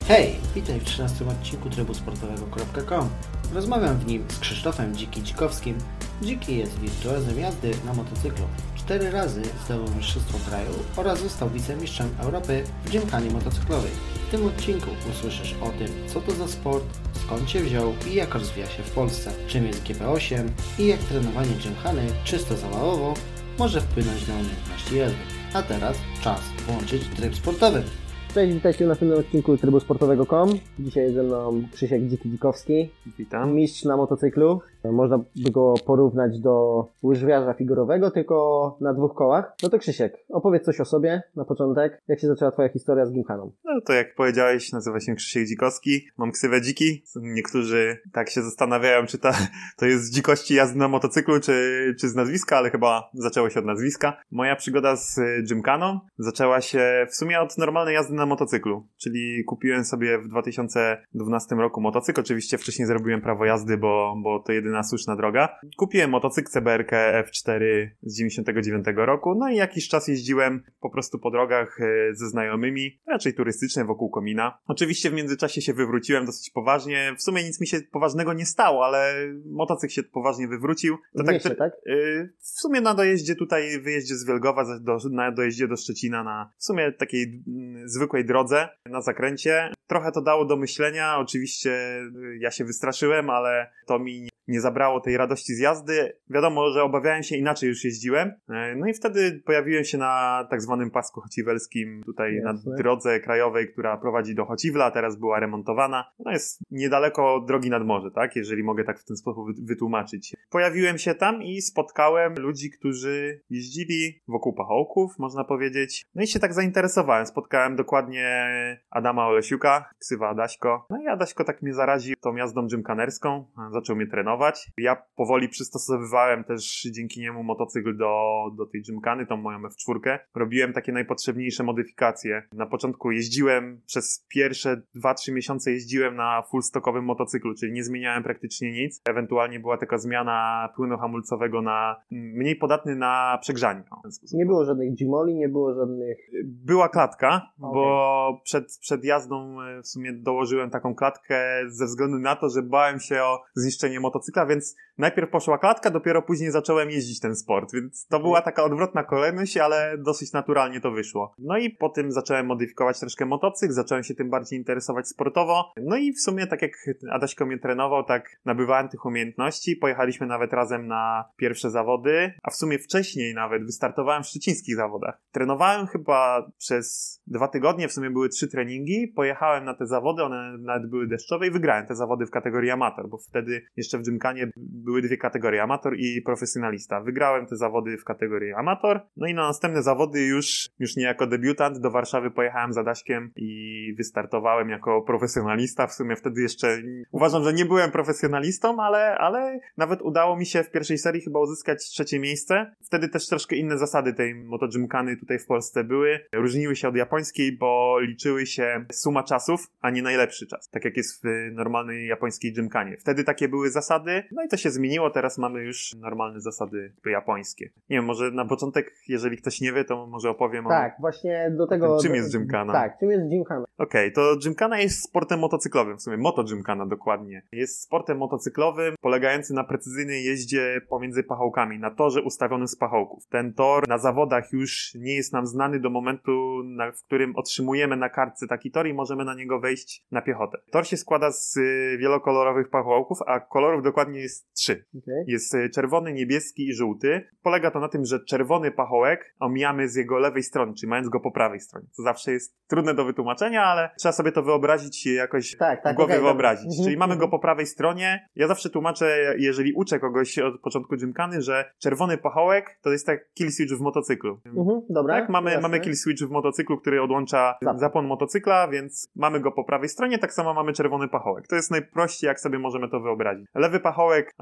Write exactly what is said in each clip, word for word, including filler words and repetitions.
Hej, witaj w trzynastym odcinku trybu sportowego kropka com. Rozmawiam w nim z Krzysztofem Dziki-Dzikowskim. Dziki jest wirtuozem jazdy na motocyklu. Cztery razy zdobył mistrzostwo kraju oraz został wicemistrzem Europy w gymkhanie motocyklowej. W tym odcinku usłyszysz o tym, co to za sport, skąd się wziął i jak rozwija się w Polsce, czym jest G P osiem i jak trenowanie gymkhany czysto zabawowo może wpłynąć na umiejętności jazdy. A teraz czas włączyć tryb sportowy. Cześć, witajcie w następnym odcinku trybu sportowego kropka com. Dzisiaj jest ze mną Krzysiek Dziki-Dzikowski. Witam. Mistrz na motocyklu. Można by go porównać do łyżwiarza figurowego, tylko na dwóch kołach. No to Krzysiek, opowiedz coś o sobie na początek. Jak się zaczęła twoja historia z gymkhaną? No to jak powiedziałeś, nazywa się Krzysiek Dzikowski. Mam ksywę Dziki. Niektórzy tak się zastanawiają, czy ta, to jest z dzikości jazdy na motocyklu, czy, czy z nazwiska, ale chyba zaczęło się od nazwiska. Moja przygoda z gymkhaną zaczęła się w sumie od normalnej jazdy na motocyklu. Czyli kupiłem sobie w dwa tysiące dwunastym roku motocykl. Oczywiście wcześniej zrobiłem prawo jazdy, bo, bo to jedyna słuszna droga. Kupiłem motocykl C B R K F cztery z dziewięćdziesiątego dziewiątego roku, no i jakiś czas jeździłem po prostu po drogach ze znajomymi, raczej turystycznie wokół komina. Oczywiście w międzyczasie się wywróciłem dosyć poważnie. W sumie nic mi się poważnego nie stało, ale motocykl się poważnie wywrócił. To tak, Mieście, tak? Yy, w sumie na dojeździe tutaj, wyjeździe z Wielgowa, do, na dojeździe do Szczecina, na w sumie takiej mm, zwykłej drodze, na zakręcie. Trochę to dało do myślenia. Oczywiście yy, ja się wystraszyłem, ale to mi nie nie zabrało tej radości z jazdy. Wiadomo, że obawiałem się, inaczej już jeździłem. No i wtedy pojawiłem się na tak zwanym pasku chociwelskim, tutaj Jasne. na drodze krajowej, która prowadzi do Chociwla, teraz była remontowana. No jest niedaleko drogi nad morze, tak? Jeżeli mogę tak w ten sposób wytłumaczyć. Pojawiłem się tam i spotkałem ludzi, którzy jeździli wokół pachołków, można powiedzieć. No i się tak zainteresowałem. Spotkałem dokładnie Adama Olesiuka, ksywa Adaśko. No i Adaśko tak mnie zaraził tą jazdą gymkhanerską. Zaczął mnie trenować. Ja powoli przystosowywałem też dzięki niemu motocykl do, do tej gymkhany, tą moją F cztery. Robiłem takie najpotrzebniejsze modyfikacje. Na początku jeździłem, przez pierwsze dwa trzy miesiące jeździłem na full stockowym motocyklu, czyli nie zmieniałem praktycznie nic. Ewentualnie była taka zmiana płynu hamulcowego na mniej podatny na przegrzanie. Nie było żadnych gimoli, nie było żadnych... Była klatka, okay. bo przed, przed jazdą w sumie dołożyłem taką klatkę ze względu na to, że bałem się o zniszczenie motocykla, więc najpierw poszła klatka, dopiero później zacząłem jeździć ten sport, więc to była taka odwrotna kolejność, ale dosyć naturalnie to wyszło. No i po tym zacząłem modyfikować troszkę motocykl, zacząłem się tym bardziej interesować sportowo, no i w sumie tak jak Adaśko mnie trenował, tak nabywałem tych umiejętności, pojechaliśmy nawet razem na pierwsze zawody, a w sumie wcześniej nawet wystartowałem w szczecińskich zawodach. Trenowałem chyba przez dwa tygodnie, w sumie były trzy treningi, pojechałem na te zawody, one nawet były deszczowe i wygrałem te zawody w kategorii amator, bo wtedy jeszcze w gymkhanie były dwie kategorie, amator i profesjonalista. Wygrałem te zawody w kategorii amator, no i na następne zawody już, już nie jako debiutant, do Warszawy pojechałem z Adaśkiem i wystartowałem jako profesjonalista. W sumie wtedy jeszcze uważam, że nie byłem profesjonalistą, ale, ale nawet udało mi się w pierwszej serii chyba uzyskać trzecie miejsce. Wtedy też troszkę inne zasady tej motogymkhany tutaj w Polsce były. Różniły się od japońskiej, bo liczyły się suma czasów, a nie najlepszy czas. Tak jak jest w normalnej japońskiej gymkhanie. Wtedy takie były zasady, no i to się zmieniło, teraz mamy już normalne zasady japońskie. Nie wiem, może na początek, jeżeli ktoś nie wie, to może opowiem o... Tak, właśnie do tego... Tym, czym jest gymkhana? Tak, czym jest gymkhana? Okej, okay, to gymkhana jest sportem motocyklowym, w sumie moto-gymkhana dokładnie. Jest sportem motocyklowym polegający na precyzyjnej jeździe pomiędzy pachołkami, na torze ustawionym z pachołków. Ten tor na zawodach już nie jest nam znany do momentu, na, w którym otrzymujemy na kartce taki tor i możemy na niego wejść na piechotę. Tor się składa z wielokolorowych pachołków, a kolorów dokładnie jest trzy. Okay. Jest czerwony, niebieski i żółty. Polega to na tym, że czerwony pachołek omijamy z jego lewej strony, czyli mając go po prawej stronie. Co zawsze jest trudne do wytłumaczenia, ale trzeba sobie to wyobrazić i jakoś tak, tak, w głowie okay, wyobrazić. dobra. Czyli mamy go po prawej stronie. Ja zawsze tłumaczę, jeżeli uczę kogoś od początku gymkhany, że czerwony pachołek to jest tak kill switch w motocyklu. Mhm, dobra. Tak, mamy, mamy kill switch w motocyklu, który odłącza zapłon. zapłon motocykla, więc mamy go po prawej stronie, tak samo mamy czerwony pachołek. To jest najprościej, jak sobie możemy to wyobrazić. Lewy pachołek, a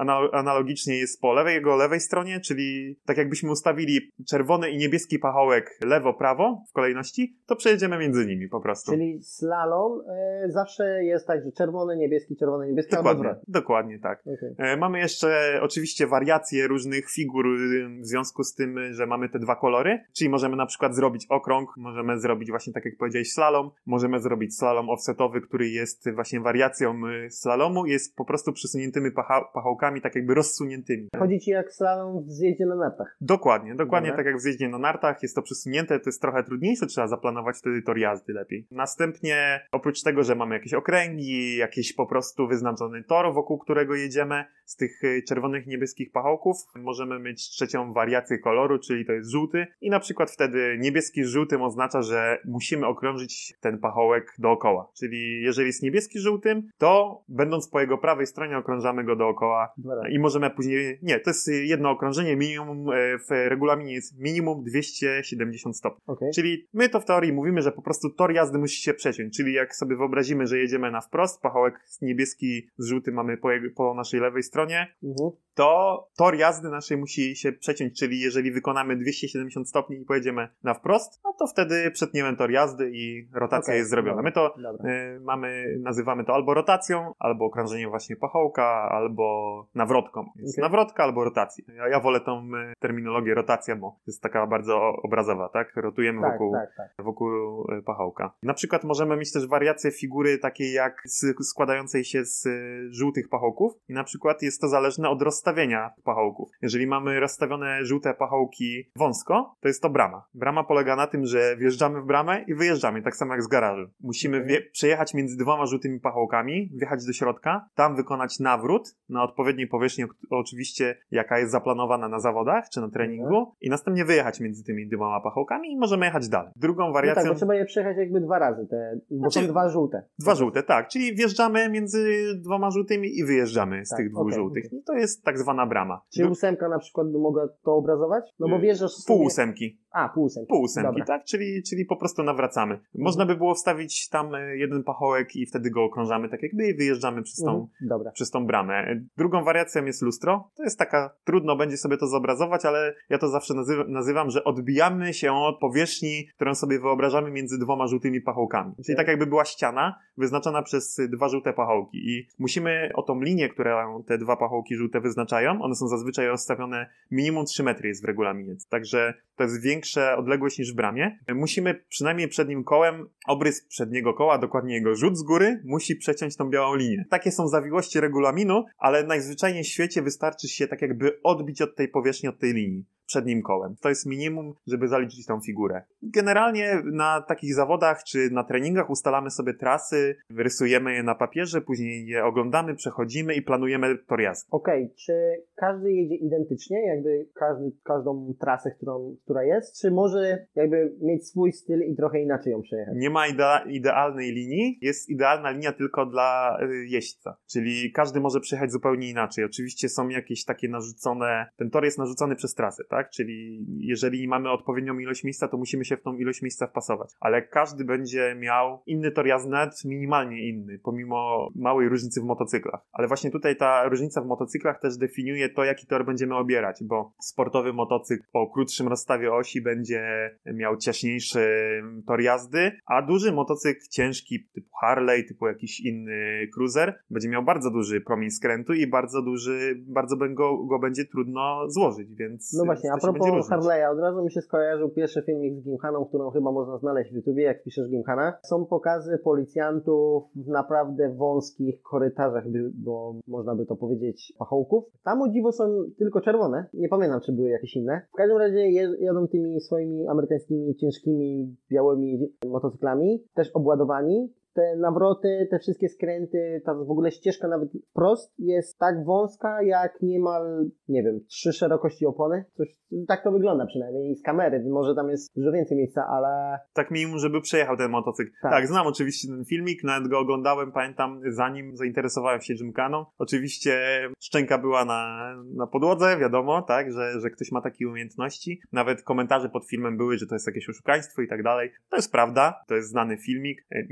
analogicznie jest po lewej, jego lewej stronie, czyli tak jakbyśmy ustawili czerwony i niebieski pachołek lewo-prawo w kolejności, to przejedziemy między nimi po prostu. Czyli slalom y, zawsze jest tak, że czerwony, niebieski, czerwony, niebieski, Dokładnie, albo dokładnie tak. Okay. E, mamy jeszcze oczywiście wariacje różnych figur y, w związku z tym, że mamy te dwa kolory, czyli możemy na przykład zrobić okrąg, możemy zrobić właśnie tak jak powiedziałeś slalom, możemy zrobić slalom offsetowy, który jest właśnie wariacją y, slalomu, jest po prostu przysuniętymi pacha- pachołkami, tak jakby rozsuniętymi. Chodzi ci jak slalom w zjeździe na nartach. Dokładnie, dokładnie Dobra. tak jak w zjeździe na nartach, jest to przesunięte, to jest trochę trudniejsze, trzeba zaplanować wtedy tor jazdy lepiej. Następnie, oprócz tego, że mamy jakieś okręgi, jakiś po prostu wyznaczony tor, wokół którego jedziemy, z tych czerwonych i niebieskich pachołków, możemy mieć trzecią wariację koloru, czyli to jest żółty i na przykład wtedy niebieski z żółtym oznacza, że musimy okrążyć ten pachołek dookoła. Czyli jeżeli jest niebieski z żółtym, to będąc po jego prawej stronie okrążamy go dookoła Dobra. i możemy później, nie, to jest jedno okrążenie, minimum w regulaminie jest minimum dwieście siedemdziesiąt stopni. Okay. Czyli my to w teorii mówimy, że po prostu tor jazdy musi się przeciąć, czyli jak sobie wyobrazimy, że jedziemy na wprost, pachołek niebieski z żółtym mamy po, jego, po naszej lewej stronie, Mhm. to tor jazdy naszej musi się przeciąć, czyli jeżeli wykonamy dwieście siedemdziesiąt stopni i pojedziemy na wprost, no to wtedy przetniemy tor jazdy i rotacja Okay, jest zrobiona. dobra, My to dobra. y, mamy, nazywamy to albo rotacją, albo okrążeniem właśnie pachołka, albo nawrotką. Jest Okay. nawrotka albo rotacja. Ja, ja wolę tą y, terminologię rotacja, bo jest taka bardzo obrazowa, tak? Rotujemy Tak, wokół, tak, tak. wokół y, pachołka. Na przykład możemy mieć też wariacje figury takiej jak z, składającej się z y, żółtych pachołków i na przykład jest to zależne od rozstawienia pachołków. Jeżeli mamy rozstawione żółte pachołki wąsko, to jest to brama. Brama polega na tym, że wjeżdżamy w bramę i wyjeżdżamy, tak samo jak z garażu. Musimy wie- przejechać między dwoma żółtymi pachołkami, wjechać do środka, tam wykonać nawrót na odpowiedniej powierzchni, o- oczywiście jaka jest zaplanowana na zawodach czy na treningu i następnie wyjechać między tymi dwoma pachołkami i możemy jechać dalej. Drugą No wariacją... tak, bo trzeba je przejechać jakby dwa razy, te, bo Znaczy, są dwa żółte. Dwa żółte, tak. Czyli wjeżdżamy między dwoma żółtymi i wyjeżdżamy z Tak, tych dwóch okej, żółtych. okej. I to jest tak zwana brama. Czy Do- ósemka na przykład by mogła to obrazować? No bo Y, wjeżdżasz Pół sobie... ósemki. A, pół ósemki. Pół ósemki, Dobra. tak? Czyli, czyli po prostu nawracamy. Można by było wstawić tam e, jeden pachołek i wtedy go okrążamy tak jakby i wyjeżdżamy przez tą, Mhm. Dobra. przez tą bramę. Drugą wariacją jest lustro. To jest taka, trudno będzie sobie to zobrazować, ale ja to zawsze nazywa, nazywam, że odbijamy się od powierzchni, którą sobie wyobrażamy między dwoma żółtymi pachołkami. Czyli tak jakby była ściana wyznaczona przez dwa żółte pachołki i musimy o tą linię, którą te dwa pachołki żółte wyznaczają, one są zazwyczaj rozstawione minimum trzy metry jest w regulaminie. Także to jest większa odległość niż w bramie. Musimy przynajmniej przednim kołem, obrys przedniego koła, dokładnie jego rzut z góry, musi przeciąć tą białą linię. Takie są zawiłości regulaminu, ale najzwyczajniej w świecie wystarczy się tak jakby odbić od tej powierzchni, od tej linii przednim kołem. To jest minimum, żeby zaliczyć tą figurę. Generalnie na takich zawodach czy na treningach ustalamy sobie trasy, rysujemy je na papierze, później je oglądamy, przechodzimy i planujemy tor jazdy. Okej, czy każdy jedzie identycznie, jakby każdy, każdą trasę, którą, która jest, czy może jakby mieć swój styl i trochę inaczej ją przejechać? Nie ma idea- idealnej linii, jest idealna linia tylko dla y, jeźdźca, czyli każdy może przejechać zupełnie inaczej. Oczywiście są jakieś takie narzucone, ten tor jest narzucony przez trasę, tak? Czyli jeżeli mamy odpowiednią ilość miejsca, to musimy się w tą ilość miejsca wpasować, ale każdy będzie miał inny tor jazdy, nawet minimalnie inny, pomimo małej różnicy w motocyklach. Ale właśnie tutaj ta różnica w motocyklach też definiuje to, jaki tor będziemy obierać, bo sportowy motocykl o krótszym rozstawie osi będzie miał ciaśniejszy tor jazdy, a duży motocykl ciężki typu Harley, typu jakiś inny cruiser będzie miał bardzo duży promień skrętu i bardzo duży, bardzo go, go będzie trudno złożyć, więc No właśnie, to a się będzie propos różnić. Harley'a, od razu mi się skojarzył pierwszy filmik z Gimkhaną, którą chyba można znaleźć w YouTubie, jak piszesz Gimkhana. Są pokazy policjantów w naprawdę wąskich korytarzach, by- bo można by to powiedzieć, pachołków. Tam o dziwo są tylko czerwone, nie pamiętam, czy były jakieś inne. W każdym razie je- jadą tymi swoimi amerykańskimi, ciężkimi, białymi motocyklami, też obładowani. Te nawroty, te wszystkie skręty, ta w ogóle ścieżka nawet prost jest tak wąska, jak niemal, nie wiem, trzy szerokości opony. Coś, tak to wygląda przynajmniej z kamery. Może tam jest dużo więcej miejsca, ale Tak minimum, żeby przejechał ten motocykl. Tak. Tak. znam oczywiście ten filmik, nawet go oglądałem, pamiętam, zanim zainteresowałem się Gymkhaną. Oczywiście szczęka była na, na podłodze, wiadomo, tak, że, że ktoś ma takie umiejętności. Nawet komentarze pod filmem były, że to jest jakieś oszukaństwo i tak dalej. To jest prawda, to jest znany filmik. Nie jest to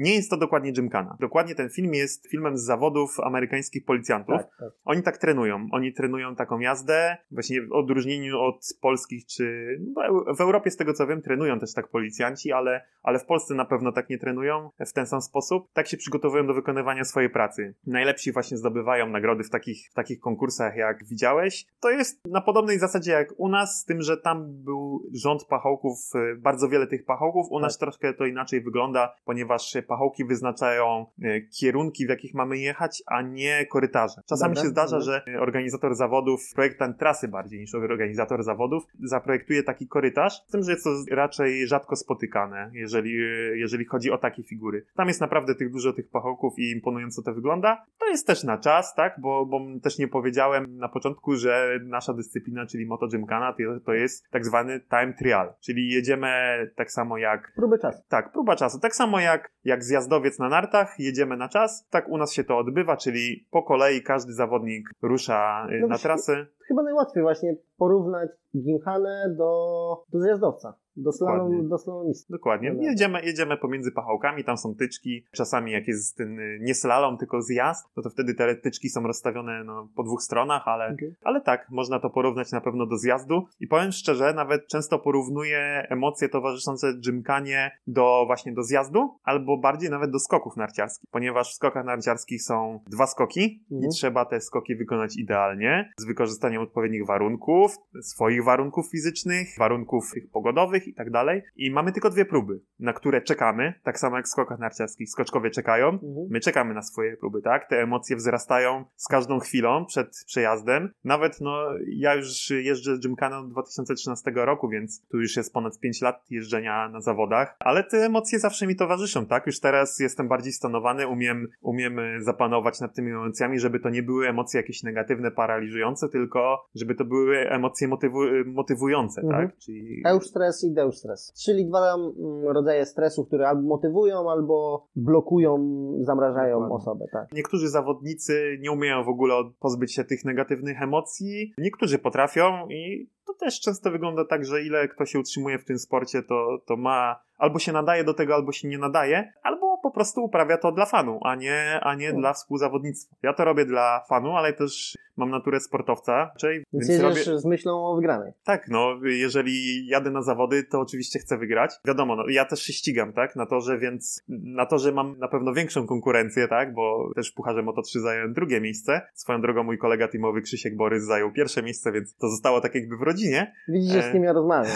dokładnie Gymkhana? Dokładnie ten film jest filmem z zawodów amerykańskich policjantów. Tak, tak. Oni tak trenują. Oni trenują taką jazdę, właśnie w odróżnieniu od polskich, czy w Europie z tego co wiem trenują też tak policjanci, ale, ale w Polsce na pewno tak nie trenują w ten sam sposób. Tak się przygotowują do wykonywania swojej pracy. Najlepsi właśnie zdobywają nagrody w takich, w takich konkursach, jak widziałeś. To jest na podobnej zasadzie jak u nas, z tym, że tam był rząd pachołków, bardzo wiele tych pachołków. U nas tak. troszkę to inaczej wygląda, ponieważ pachołki wyznaczają kierunki, w jakich mamy jechać, a nie korytarze. Czasami dobra, się zdarza, dobra. że organizator zawodów, projektant trasy bardziej niż organizator zawodów, zaprojektuje taki korytarz, z tym, że jest to raczej rzadko spotykane, jeżeli, jeżeli chodzi o takie figury. Tam jest naprawdę tych dużo tych pachołków i imponująco to wygląda. To jest też na czas, tak, bo, bo też nie powiedziałem na początku, że nasza dyscyplina, czyli Moto Gymkhana, to jest tak zwany time trial, czyli jedziemy tak samo jak... Próbę czasu. Tak, próba czasu. Tak samo jak, jak zjazdowiec na nartach, jedziemy na czas, tak u nas się to odbywa, czyli po kolei każdy zawodnik rusza no na trasę. Chyba najłatwiej właśnie porównać Gymkhanę do, do zjazdowca. Do slalomu, do slalomisty. Dokładnie. Jedziemy, jedziemy pomiędzy pachołkami, tam są tyczki. Czasami jak jest ten nie slalom, tylko zjazd, no to wtedy te tyczki są rozstawione no, po dwóch stronach, ale, okay. ale tak, można to porównać na pewno do zjazdu. I powiem szczerze, nawet często porównuję emocje towarzyszące Gymkhanie do właśnie do zjazdu, albo bardziej nawet do skoków narciarskich, ponieważ w skokach narciarskich są dwa skoki mhm. i trzeba te skoki wykonać idealnie, z wykorzystaniem odpowiednich warunków, swoich warunków fizycznych, warunków pogodowych i tak dalej. I mamy tylko dwie próby, na które czekamy, tak samo jak w skokach narciarskich. Skoczkowie czekają, mhm. my czekamy na swoje próby, tak? Te emocje wzrastają z każdą chwilą przed przejazdem. Nawet, no, ja już jeżdżę Gymkhaną od dwa tysiące trzynastego roku, więc tu już jest ponad pięć lat jeżdżenia na zawodach, ale te emocje zawsze mi towarzyszą, tak? Już teraz jestem bardziej stonowany, umiem, umiem zapanować nad tymi emocjami, żeby to nie były emocje jakieś negatywne, paraliżujące, tylko żeby to były emocje motywu- motywujące, mhm. tak? Czyli... Eustres i deustres. Czyli dwa rodzaje stresu, które albo motywują, albo blokują, zamrażają Dokładnie. osobę, tak. Niektórzy zawodnicy nie umieją w ogóle pozbyć się tych negatywnych emocji, niektórzy potrafią i to też często wygląda tak, że ile kto się utrzymuje w tym sporcie, to, to ma, albo się nadaje do tego, albo się nie nadaje, albo po prostu uprawia to dla fanu, a nie, a nie hmm. dla współzawodnictwa. Ja to robię dla fanu, ale też mam naturę sportowca. Czyli, więc więc jedziesz robię... z myślą o wygranej. Tak, no, jeżeli jadę na zawody, to oczywiście chcę wygrać. Wiadomo, no, ja też się ścigam, tak, na torze, więc na torze mam na pewno większą konkurencję, tak, bo też w Pucharze Moto trzy zająłem drugie miejsce. Swoją drogą mój kolega teamowy Krzysiek Borys zajął pierwsze miejsce, więc to zostało tak jakby w rodzinie. Widzisz, z kim ja rozmawiam.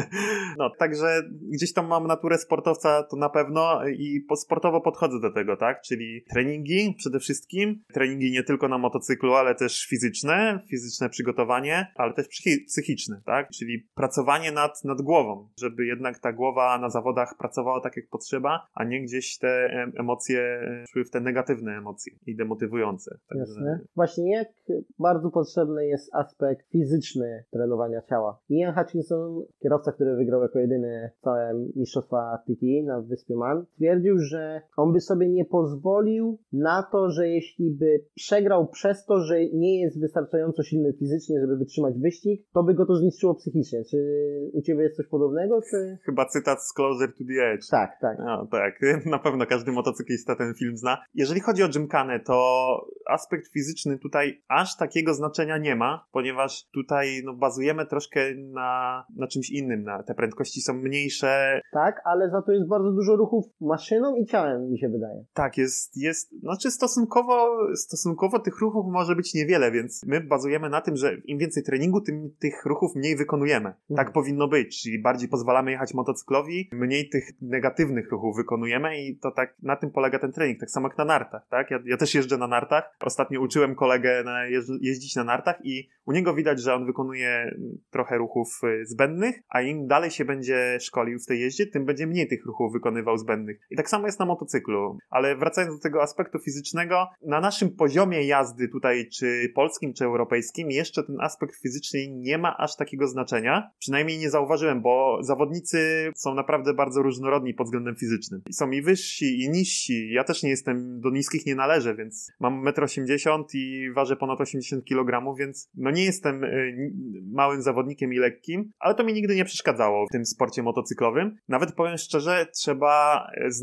No, także gdzieś tam mam naturę sportowca, to na pewno i sportowo podchodzę do tego, tak, czyli treningi przede wszystkim, treningi nie tylko na motocyklu, ale też fizyczne, fizyczne przygotowanie, ale też psychiczne, tak? Czyli pracowanie nad, nad głową, żeby jednak ta głowa na zawodach pracowała tak jak potrzeba, a nie gdzieś te emocje szły w te negatywne emocje i demotywujące. Także... Jasne. Właśnie jak bardzo potrzebny jest aspekt fizyczny trenowania ciała. Ian Hutchinson, kierowca, który wygrał jako jedyny całe mistrzostwa T T na wyspie Man, twierdził, że on by sobie nie pozwolił na to, że jeśli by przegrał przez to, że nie jest wystarczająco silny fizycznie, żeby wytrzymać wyścig, to by go to zniszczyło psychicznie. Czy u Ciebie jest coś podobnego? Czy... Chyba cytat z Closer to the Edge. Tak, tak. No, tak. Na pewno każdy motocyklista ten film zna. Jeżeli chodzi o Gymkhanę, to aspekt fizyczny tutaj aż takiego znaczenia nie ma, ponieważ tutaj no, bazujemy troszkę na, na czymś innym. Na, te prędkości są mniejsze. Tak, ale za to jest bardzo dużo ruchów maszyną i ciałem, mi się wydaje. Tak, jest, jest znaczy stosunkowo, stosunkowo tych ruchów może być niewiele, więc my bazujemy na tym, że im więcej treningu, tym tych ruchów mniej wykonujemy. Mhm. Tak powinno być, czyli bardziej pozwalamy jechać motocyklowi, mniej tych negatywnych ruchów wykonujemy i to tak na tym polega ten trening, tak samo jak na nartach, tak? Ja, ja też jeżdżę na nartach. Ostatnio uczyłem kolegę na jeżdż- jeździć na nartach i u niego widać, że on wykonuje trochę ruchów zbędnych, a im dalej się będzie szkolił w tej jeździe, tym będzie mniej tych ruchów wykonywał zbędnych. I tak samo jest na motocyklu. Ale wracając do tego aspektu fizycznego, na naszym poziomie jazdy tutaj, czy polskim, czy europejskim, jeszcze ten aspekt fizyczny nie ma aż takiego znaczenia. Przynajmniej nie zauważyłem, bo zawodnicy są naprawdę bardzo różnorodni pod względem fizycznym. I są i wyżsi, i niżsi. Ja też nie jestem, do niskich nie należę, więc mam metr osiemdziesiąt i ważę ponad osiemdziesiąt kilogramów, więc no nie jestem y, małym zawodnikiem i lekkim, ale to mi nigdy nie przeszkadzało w tym sporcie motocyklowym. Nawet powiem szczerze, trzeba znaleźć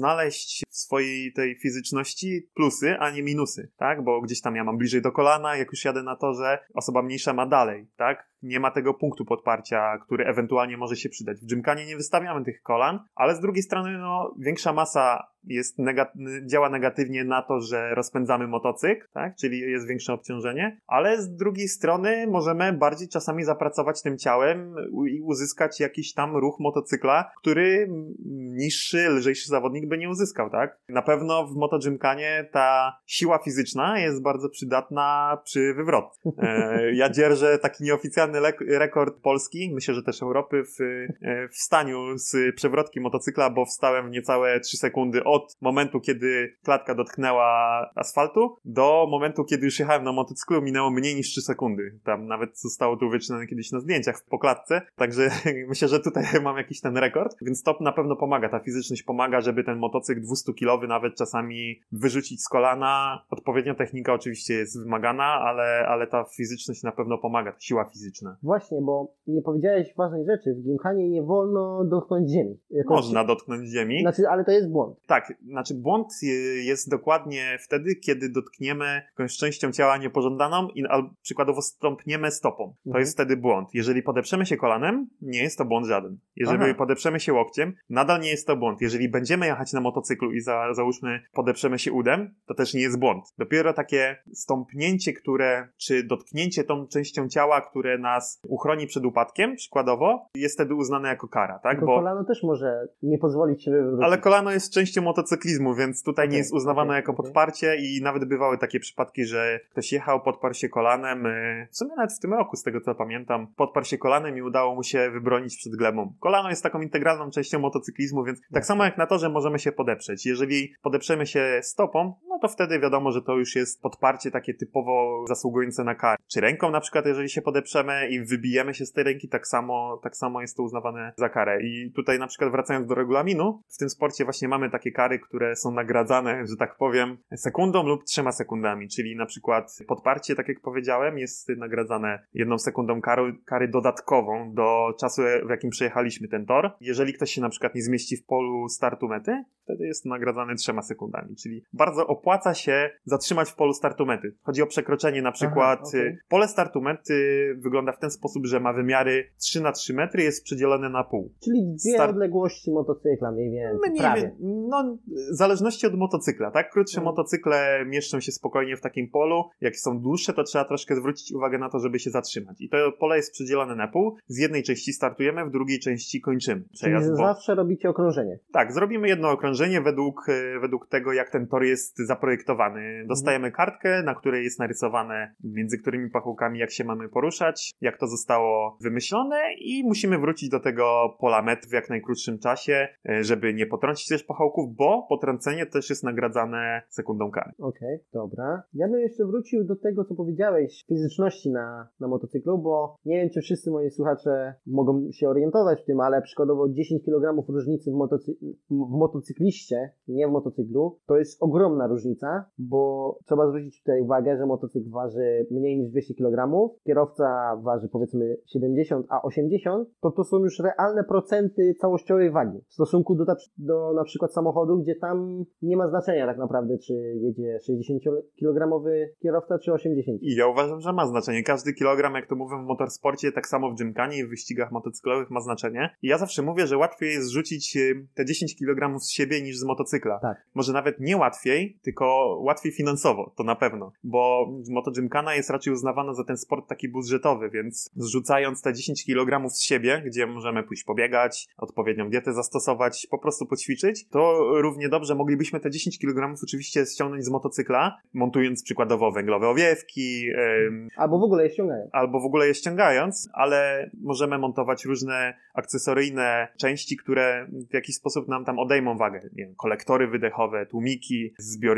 znaleźć w swojej tej fizyczności plusy, a nie minusy, tak? Bo gdzieś tam ja mam bliżej do kolana, jak już jadę na torze, osoba mniejsza ma dalej, tak? Nie ma tego punktu podparcia, który ewentualnie może się przydać. W gymkanie nie wystawiamy tych kolan, ale z drugiej strony no, większa masa jest negat- działa negatywnie na to, że rozpędzamy motocykl, tak? Czyli jest większe obciążenie, ale z drugiej strony możemy bardziej czasami zapracować tym ciałem i uzyskać jakiś tam ruch motocykla, który niższy, lżejszy zawodnik by nie uzyskał, tak? Na pewno w motogymkanie ta siła fizyczna jest bardzo przydatna przy wywrotce. E, ja dzierżę taki nieoficjalny le- rekord Polski, myślę, że też Europy w, w staniu z przewrotki motocykla, bo wstałem w niecałe trzy sekundy od momentu, kiedy klatka dotknęła asfaltu, do momentu, kiedy już jechałem na motocyklu, minęło mniej niż trzy sekundy. Tam nawet zostało to uwiecznione kiedyś na zdjęciach po klatce, także myślę, że tutaj mam jakiś ten rekord, więc to na pewno pomaga, ta fizyczność pomaga, żeby ten motocykl dwustukilowy nawet czasami wyrzucić z kolana. Odpowiednia technika oczywiście jest wymagana, ale, ale ta fizyczność na pewno pomaga, ta siła fizyczna. Właśnie, bo nie powiedziałeś ważnej rzeczy. W gymkhanie nie wolno dotknąć ziemi. Jakoś... Można dotknąć ziemi. Znaczy, ale to jest błąd. Tak, znaczy błąd jest dokładnie wtedy, kiedy dotkniemy jakąś częścią ciała niepożądaną i albo przykładowo stąpniemy stopą. To mhm. jest wtedy błąd. Jeżeli podeprzemy się kolanem, nie jest to błąd żaden. Jeżeli Aha. podeprzemy się łokciem, nadal nie jest to błąd. Jeżeli będziemy jechać na motocyklu i za, załóżmy podeprzemy się udem, to też nie jest błąd. Dopiero takie stąpnięcie, które, czy dotknięcie tą częścią ciała, które nas uchroni przed upadkiem, przykładowo, jest wtedy uznane jako kara, tak? Tylko Bo kolano też może nie pozwolić się wywrócić. ale kolano jest częścią motocyklizmu, więc tutaj okay, nie jest uznawane okay, jako okay. podparcie i nawet bywały takie przypadki, że ktoś jechał, podparł się kolanem, w sumie nawet w tym roku, z tego co pamiętam, podparł się kolanem i udało mu się wybronić przed glebą. Kolano jest taką integralną częścią motocyklizmu, więc tak samo jak na torze możemy się podeprzeć. Jeżeli podeprzemy się stopą, no to wtedy wiadomo, że to już jest podparcie takie typowo zasługujące na karę. Czy ręką na przykład, jeżeli się podeprzemy i wybijemy się z tej ręki, tak samo, tak samo jest to uznawane za karę. I tutaj na przykład wracając do regulaminu, w tym sporcie właśnie mamy takie kary, które są nagradzane, że tak powiem, sekundą lub trzema sekundami, czyli na przykład podparcie, tak jak powiedziałem, jest nagradzane jedną sekundą kary, kary dodatkową do czasu, w jakim przejechaliśmy ten tor. Jeżeli ktoś się na przykład nie zmieści w polu startu mety, wtedy jest nagradzany trzema sekundami, czyli bardzo opłaca się zatrzymać w polu startu mety. Chodzi o przekroczenie na przykład. Aha, okay. Pole startu mety wygląda w ten sposób, że ma wymiary trzy na trzy metry, jest przedzielone na pół. Czyli dwie Start... odległości motocykla mniej więcej, nie prawie. Wie, no, w zależności od motocykla, tak? Krótsze hmm. motocykle mieszczą się spokojnie w takim polu. Jak są dłuższe, to trzeba troszkę zwrócić uwagę na to, żeby się zatrzymać. I to pole jest przedzielone na pół. Z jednej części startujemy, w drugiej części kończymy przejazd. Czyli bo... zawsze robicie okrążenie. Tak, zrobimy jedno okrążenie według, według tego, jak ten tor jest zaprojektowany. Dostajemy kartkę, na której jest narysowane, między którymi pachołkami, jak się mamy poruszać, jak to zostało wymyślone i musimy wrócić do tego pola met w jak najkrótszym czasie, żeby nie potrącić też pachołków, bo potrącenie też jest nagradzane sekundą kary. Okej, okay, dobra. Ja bym jeszcze wrócił do tego, co powiedziałeś, fizyczności na, na motocyklu, bo nie wiem, czy wszyscy moi słuchacze mogą się orientować w tym, ale przykładowo dziesięć kilogramów różnicy w, motocy- w motocykliście, nie w motocyklu, to jest ogromna różnica, bo trzeba zwrócić tutaj uwagę, że motocykl waży mniej niż dwieście kilogramów, kierowca waży powiedzmy siedemdziesiąt, a osiemdziesiąt, to to są już realne procenty całościowej wagi. W stosunku do, do na przykład samochodu, gdzie tam nie ma znaczenia tak naprawdę, czy jedzie sześćdziesięciokilogramowy kierowca, czy osiemdziesiąt. I ja uważam, że ma znaczenie. Każdy kilogram, jak to mówią w motorsporcie, tak samo w gymkanie i w wyścigach motocyklowych ma znaczenie. I ja zawsze mówię, że łatwiej jest rzucić te dziesięć kilogramów z siebie niż z motocykla. Tak. Może nawet nie łatwiej, tylko łatwiej finansowo, to na pewno. Bo motogymkana jest raczej uznawana za ten sport taki budżetowy, więc zrzucając te dziesięć kilogramów z siebie, gdzie możemy pójść pobiegać, odpowiednią dietę zastosować, po prostu poćwiczyć, to równie dobrze moglibyśmy te dziesięć kilogramów oczywiście ściągnąć z motocykla, montując przykładowo węglowe owiewki. Yy, albo w ogóle je ściągając. Albo w ogóle je ściągając, ale możemy montować różne akcesoryjne części, które w jakiś sposób nam tam odejmą wagę. Nie wiem, kolektory wydechowe, tłumiki, zbiorniki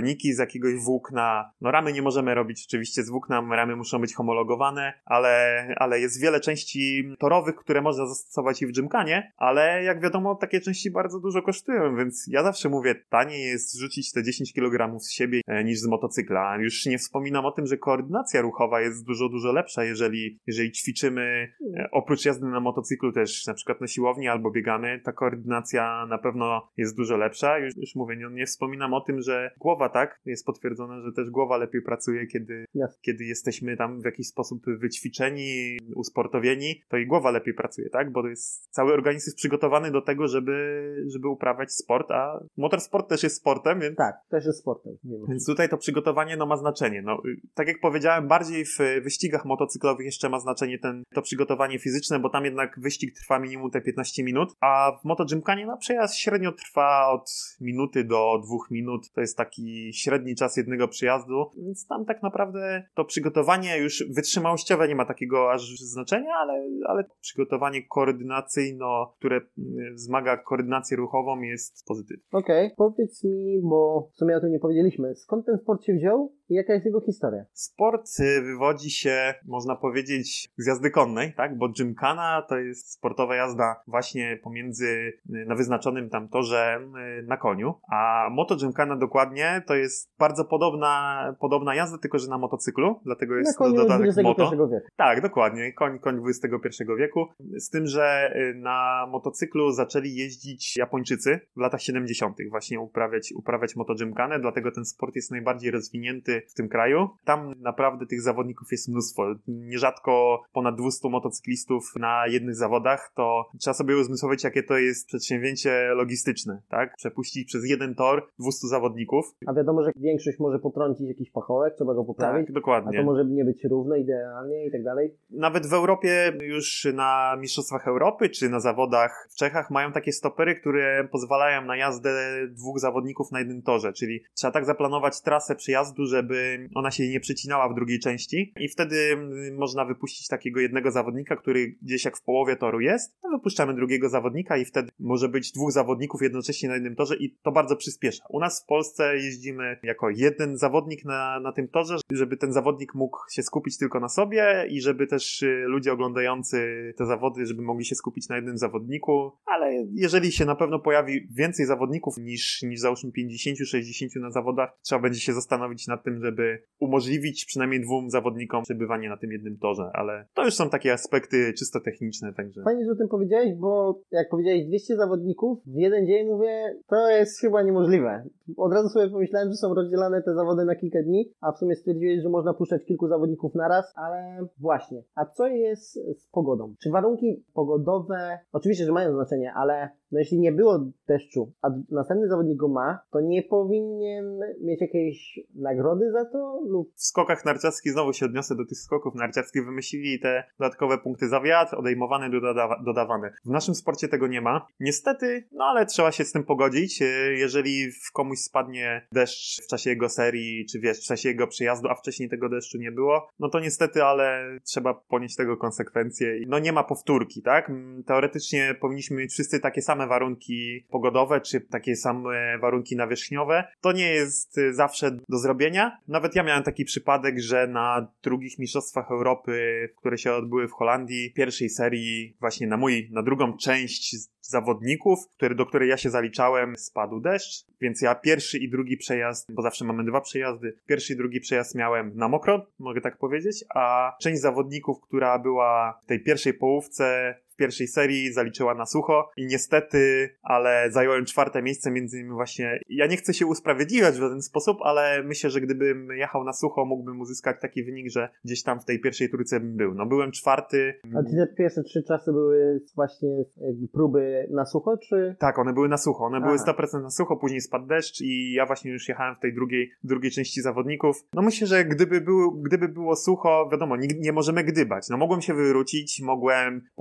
sterowniki z jakiegoś włókna. No ramy nie możemy robić oczywiście z włókna, ramy muszą być homologowane, ale, ale jest wiele części torowych, które można zastosować i w gymkanie, ale jak wiadomo, takie części bardzo dużo kosztują, więc ja zawsze mówię, taniej jest rzucić te dziesięć kilogramów z siebie e, niż z motocykla. Już nie wspominam o tym, że koordynacja ruchowa jest dużo, dużo lepsza, jeżeli, jeżeli ćwiczymy e, oprócz jazdy na motocyklu też na przykład na siłowni albo biegamy, ta koordynacja na pewno jest dużo lepsza. Już, już mówię, nie, nie wspominam o tym, że głowa, tak, jest potwierdzone, że też głowa lepiej pracuje, kiedy, yes. kiedy jesteśmy tam w jakiś sposób wyćwiczeni, usportowieni, to i głowa lepiej pracuje, tak, bo jest, cały organizm jest przygotowany do tego, żeby, żeby uprawiać sport, a motorsport też jest sportem, więc... Tak, też jest sportem. Więc tutaj to przygotowanie no, ma znaczenie. No, tak jak powiedziałem, bardziej w wyścigach motocyklowych jeszcze ma znaczenie ten, to przygotowanie fizyczne, bo tam jednak wyścig trwa minimum te piętnaście minut, a w motogymkanie no, przejazd średnio trwa od minuty do dwóch minut. To jest taki średni czas jednego przejazdu, więc tam tak naprawdę to przygotowanie już wytrzymałościowe nie ma takiego aż znaczenia, ale, ale przygotowanie koordynacyjno, które wzmaga koordynację ruchową, jest pozytywne. Okej, okay. Powiedz mi, bo w sumie o tym nie powiedzieliśmy, skąd ten sport się wziął i jaka jest jego historia? Sport wywodzi się, można powiedzieć, z jazdy konnej, tak? Bo gymkhana to jest sportowa jazda właśnie pomiędzy, na wyznaczonym tam torze na koniu, a motogymkhana dokładnie to jest bardzo podobna, podobna jazda, tylko że na motocyklu, dlatego jest na koniu dodatek dwudziestego moto. pierwszego wieku. Tak, dokładnie, koń, koń dwudziestego pierwszego wieku, z tym, że na motocyklu zaczęli jeździć Japończycy w latach siedemdziesiątych właśnie uprawiać, uprawiać motogymkhanę, dlatego ten sport jest najbardziej rozwinięty w tym kraju. Tam naprawdę tych zawodników jest mnóstwo. Nierzadko ponad dwustu motocyklistów na jednych zawodach, to trzeba sobie uzmysłowić, jakie to jest przedsięwzięcie logistyczne, tak? Przepuścić przez jeden tor dwustu zawodników. A wiadomo, że większość może potrącić jakiś pachołek, trzeba go poprawić. Tak, dokładnie. A to może nie być równo, idealnie i tak dalej. Nawet w Europie już na Mistrzostwach Europy, czy na zawodach w Czechach mają takie stopery, które pozwalają na jazdę dwóch zawodników na jednym torze, czyli trzeba tak zaplanować trasę przejazdu, żeby ona się nie przecinała w drugiej części i wtedy można wypuścić takiego jednego zawodnika, który gdzieś jak w połowie toru jest, no wypuszczamy drugiego zawodnika i wtedy może być dwóch zawodników jednocześnie na jednym torze i to bardzo przyspiesza. U nas w Polsce jeździmy jako jeden zawodnik na, na tym torze, żeby ten zawodnik mógł się skupić tylko na sobie i żeby też ludzie oglądający te zawody, żeby mogli się skupić na jednym zawodniku, ale jeżeli się na pewno pojawi więcej zawodników niż, niż załóżmy pięćdziesiąt sześćdziesiąt na zawodach, trzeba będzie się zastanowić nad tym, żeby umożliwić przynajmniej dwóm zawodnikom przebywanie na tym jednym torze, ale to już są takie aspekty czysto techniczne, także... Fajnie, że o tym powiedziałeś, bo jak powiedziałeś dwieście zawodników w jeden dzień, mówię, to jest chyba niemożliwe. Od razu sobie pomyślałem, że są rozdzielane te zawody na kilka dni, a w sumie stwierdziłeś, że można puszczać kilku zawodników naraz, ale właśnie. A co jest z pogodą? Czy warunki pogodowe, oczywiście, że mają znaczenie, ale no jeśli nie było deszczu, a następny zawodnik go ma, to nie powinien mieć jakiejś nagrody za to? Lub... W skokach narciarskich, znowu się odniosę do tych skoków narciarskich, wymyślili te dodatkowe punkty za wiatr, odejmowane, dodawa- dodawane. W naszym sporcie tego nie ma. Niestety, no ale trzeba się z tym pogodzić. Jeżeli w komuś spadnie deszcz w czasie jego serii, czy wiesz, w czasie jego przyjazdu, a wcześniej tego deszczu nie było, no to niestety, ale trzeba ponieść tego konsekwencje. No nie ma powtórki, tak? Teoretycznie powinniśmy mieć wszyscy takie same warunki pogodowe, czy takie same warunki nawierzchniowe. To nie jest zawsze do zrobienia. Nawet ja miałem taki przypadek, że na drugich mistrzostwach Europy, które się odbyły w Holandii, pierwszej serii, właśnie na mój, na drugą część zawodników, który, do której ja się zaliczałem, spadł deszcz, więc ja pierwszy i drugi przejazd, bo zawsze mamy dwa przejazdy, pierwszy i drugi przejazd miałem na mokro, mogę tak powiedzieć, a część zawodników, która była w tej pierwszej połówce, w pierwszej serii, zaliczyła na sucho i niestety, ale zająłem czwarte miejsce, między innymi właśnie, ja nie chcę się usprawiedliwiać w żaden sposób, ale myślę, że gdybym jechał na sucho, mógłbym uzyskać taki wynik, że gdzieś tam w tej pierwszej trójce bym był. No byłem czwarty. A czy te pierwsze trzy czasy były właśnie jakby próby na sucho, czy? Tak, one były na sucho, one Aha. były sto procent na sucho, później spadł deszcz i ja właśnie już jechałem w tej drugiej, drugiej części zawodników. No myślę, że gdyby, był, gdyby było sucho, wiadomo, nie, nie możemy gdybać. No mogłem się wywrócić, mogłem położyć pachę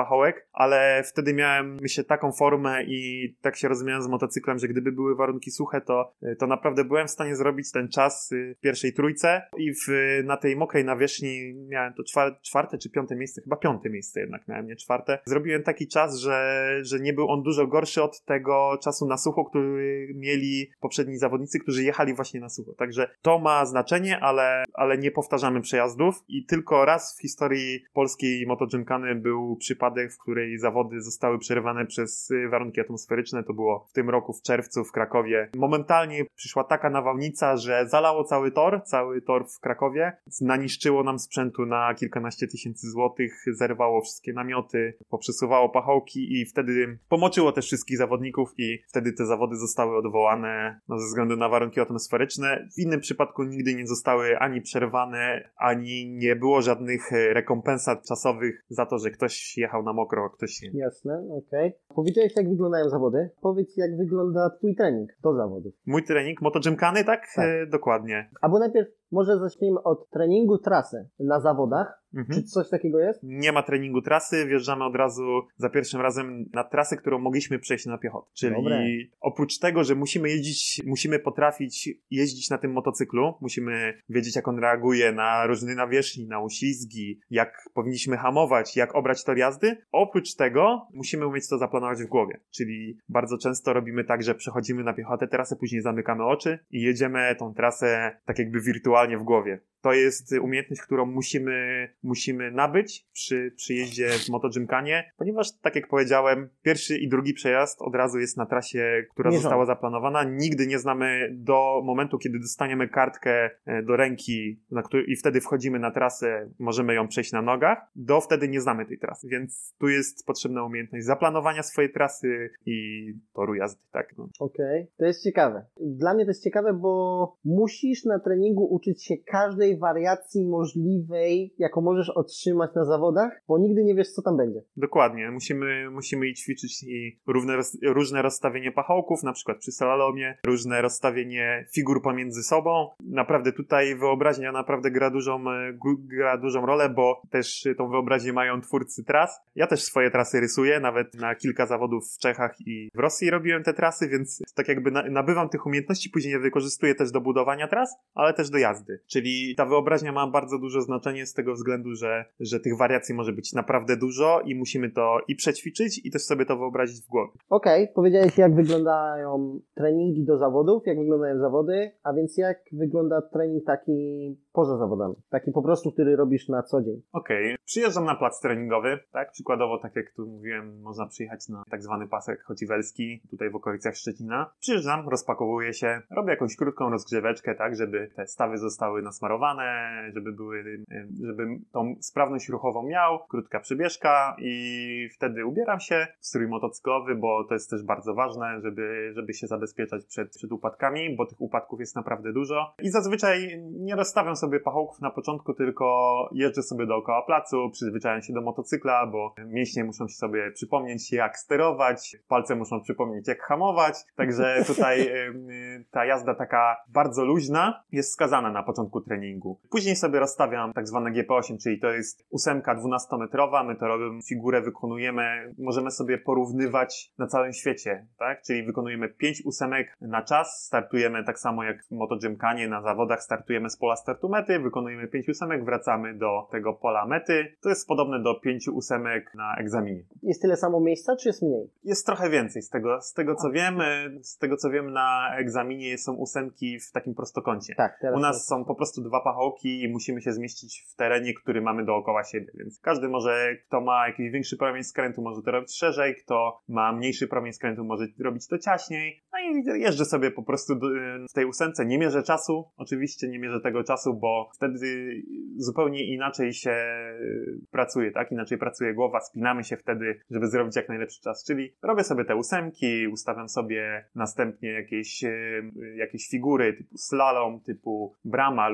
pachołek, ale wtedy miałem, myślę, taką formę i tak się rozumiałem z motocyklem, że gdyby były warunki suche, to, to naprawdę byłem w stanie zrobić ten czas w pierwszej trójce i w, na tej mokrej nawierzchni miałem to czwarte, czwarte czy piąte miejsce, chyba piąte miejsce jednak miałem, nie czwarte. Zrobiłem taki czas, że, że nie był on dużo gorszy od tego czasu na sucho, który mieli poprzedni zawodnicy, którzy jechali właśnie na sucho. Także to ma znaczenie, ale, ale nie powtarzamy przejazdów i tylko raz w historii polskiej MotoGymkhany był przypadek, w której zawody zostały przerywane przez warunki atmosferyczne. To było w tym roku w czerwcu w Krakowie. Momentalnie przyszła taka nawałnica, że zalało cały tor, cały tor w Krakowie. Naniszczyło nam sprzętu na kilkanaście tysięcy złotych, zerwało wszystkie namioty, poprzesuwało pachołki i wtedy pomoczyło też wszystkich zawodników i wtedy te zawody zostały odwołane no, ze względu na warunki atmosferyczne. W innym przypadku nigdy nie zostały ani przerwane, ani nie było żadnych rekompensat czasowych za to, że ktoś jechał na mokro, a ktoś nie. Jasne, okej. Okay. Powiedziałeś, jak wyglądają zawody. Powiedz, jak wygląda twój trening do zawodów. Mój trening MotoGymkhany, tak? tak. E, dokładnie. Albo najpierw może zacznijmy od treningu trasy na zawodach. Mhm. Czy coś takiego jest? Nie ma treningu trasy, wjeżdżamy od razu za pierwszym razem na trasę, którą mogliśmy przejść na piechotę. Czyli Dobre. Oprócz tego, że musimy jeździć, musimy potrafić jeździć na tym motocyklu, musimy wiedzieć, jak on reaguje na różne nawierzchni, na uślizgi, jak powinniśmy hamować, jak obrać tor jazdy. Oprócz tego musimy umieć to zaplanować w głowie. Czyli bardzo często robimy tak, że przechodzimy na piechotę trasę, później zamykamy oczy i jedziemy tą trasę tak jakby wirtualnie w głowie. To jest umiejętność, którą musimy, musimy nabyć przy przyjeździe w MotoGymkhanie, ponieważ, tak jak powiedziałem, pierwszy i drugi przejazd od razu jest na trasie, która nie została żon. zaplanowana. Nigdy nie znamy do momentu, kiedy dostaniemy kartkę do ręki na który, i wtedy wchodzimy na trasę, możemy ją przejść na nogach, do wtedy nie znamy tej trasy. Więc tu jest potrzebna umiejętność zaplanowania swojej trasy i toru jazdy. Tak, no. Okej, okay. To jest ciekawe. Dla mnie to jest ciekawe, bo musisz na treningu uczyć się każdej wariacji możliwej, jaką możesz otrzymać na zawodach, bo nigdy nie wiesz, co tam będzie. Dokładnie. Musimy, musimy i ćwiczyć i różne, różne rozstawienie pachołków, na przykład przy slalomie, różne rozstawienie figur pomiędzy sobą. Naprawdę tutaj wyobraźnia naprawdę gra dużą, gra dużą rolę, bo też tą wyobraźnię mają twórcy tras. Ja też swoje trasy rysuję, nawet na kilka zawodów w Czechach i w Rosji robiłem te trasy, więc tak jakby nabywam tych umiejętności, później je wykorzystuję też do budowania tras, ale też do jazdy. Czyli ta wyobraźnia ma bardzo duże znaczenie z tego względu, że, że tych wariacji może być naprawdę dużo i musimy to i przećwiczyć i też sobie to wyobrazić w głowie. Okej, okay, powiedziałeś, jak wyglądają treningi do zawodów, jak wyglądają zawody, a więc jak wygląda trening taki poza zawodami, taki po prostu, który robisz na co dzień. Okej, okay. Przyjeżdżam na plac treningowy, tak, przykładowo, tak jak tu mówiłem, można przyjechać na tak zwany pasek chociwelski, tutaj w okolicach Szczecina. Przyjeżdżam, rozpakowuję się, robię jakąś krótką rozgrzeweczkę, tak, żeby te stawy zostały nasmarowane, żeby były, żebym tą sprawność ruchową miał, krótka przebieżka i wtedy ubieram się w strój motocyklowy, bo to jest też bardzo ważne, żeby, żeby się zabezpieczać przed, przed upadkami, bo tych upadków jest naprawdę dużo i zazwyczaj nie rozstawiam sobie pachołków na początku, tylko jeżdżę sobie dookoła placu, przyzwyczajam się do motocykla, bo mięśnie muszą się sobie przypomnieć, jak sterować, palce muszą przypomnieć, jak hamować, także tutaj ta jazda taka bardzo luźna jest skazana na początku treningu. Później sobie rozstawiam tak zwane G P osiem, czyli to jest ósemka dwunastometrowa, my to robimy, figurę wykonujemy, możemy sobie porównywać na całym świecie, tak? Czyli wykonujemy pięć ósemek na czas, startujemy tak samo jak w MotoGymkhanie, na zawodach startujemy z pola startu mety, wykonujemy pięć ósemek, wracamy do tego pola mety. To jest podobne do pięciu ósemek na egzaminie. Jest tyle samo miejsca, czy jest mniej? Jest trochę więcej z tego, z tego co wiem, z tego co wiem na egzaminie są ósemki w takim prostokącie. Tak, teraz u nas są po prostu dwa pachołki i musimy się zmieścić w terenie, który mamy dookoła siebie, więc każdy może, kto ma jakiś większy promień skrętu, może to robić szerzej, kto ma mniejszy promień skrętu, może robić to ciaśniej. No i jeżdżę sobie po prostu w tej ósemce. Nie mierzę czasu, oczywiście nie mierzę tego czasu, bo wtedy zupełnie inaczej się pracuje, tak? Inaczej pracuje głowa, spinamy się wtedy, żeby zrobić jak najlepszy czas, czyli robię sobie te ósemki, ustawiam sobie następnie jakieś, jakieś figury typu slalom, typu brama, lustro,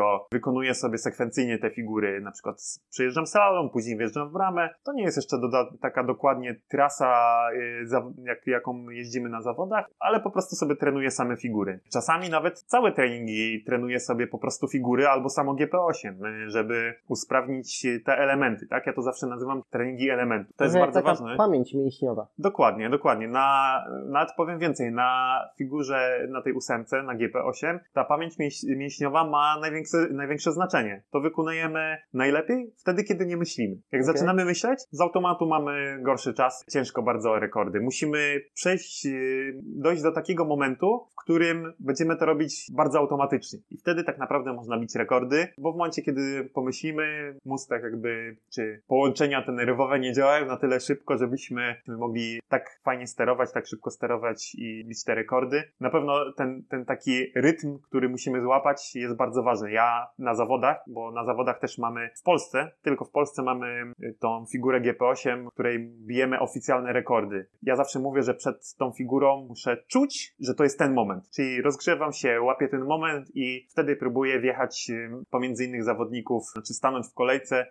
tylko wykonuję sobie sekwencyjnie te figury, na przykład przejeżdżam slalom, później wjeżdżam w bramę, to nie jest jeszcze doda- taka dokładnie trasa, yy, za- jak, jaką jeździmy na zawodach, ale po prostu sobie trenuję same figury. Czasami nawet całe treningi trenuję sobie po prostu figury albo samo G P osiem, yy, żeby usprawnić te elementy, tak? Ja to zawsze nazywam treningi elementów. To jest bardzo taka ważne. Pamięć mięśniowa. Dokładnie, dokładnie. Na, nawet powiem więcej, na figurze, na tej ósemce, na G P osiem, ta pamięć mięś- mięśniowa ma największe, największe znaczenie. To wykonujemy najlepiej wtedy, kiedy nie myślimy. Jak Okay. zaczynamy myśleć, z automatu mamy gorszy czas, ciężko bardzo o rekordy. Musimy przejść, dojść do takiego momentu, w którym będziemy to robić bardzo automatycznie. I wtedy tak naprawdę można bić rekordy, bo w momencie, kiedy pomyślimy, mózg tak jakby, czy połączenia te nerwowe nie działają na tyle szybko, żebyśmy mogli tak fajnie sterować, tak szybko sterować i bić te rekordy. Na pewno ten, ten taki rytm, który musimy złapać, jest bardzo ważny. Ja na zawodach, bo na zawodach też mamy w Polsce, tylko w Polsce mamy tą figurę G P osiem, w której bijemy oficjalne rekordy. Ja zawsze mówię, że przed tą figurą muszę czuć, że to jest ten moment. Czyli rozgrzewam się, łapię ten moment i wtedy próbuję wjechać pomiędzy innych zawodników, znaczy stanąć w kolejce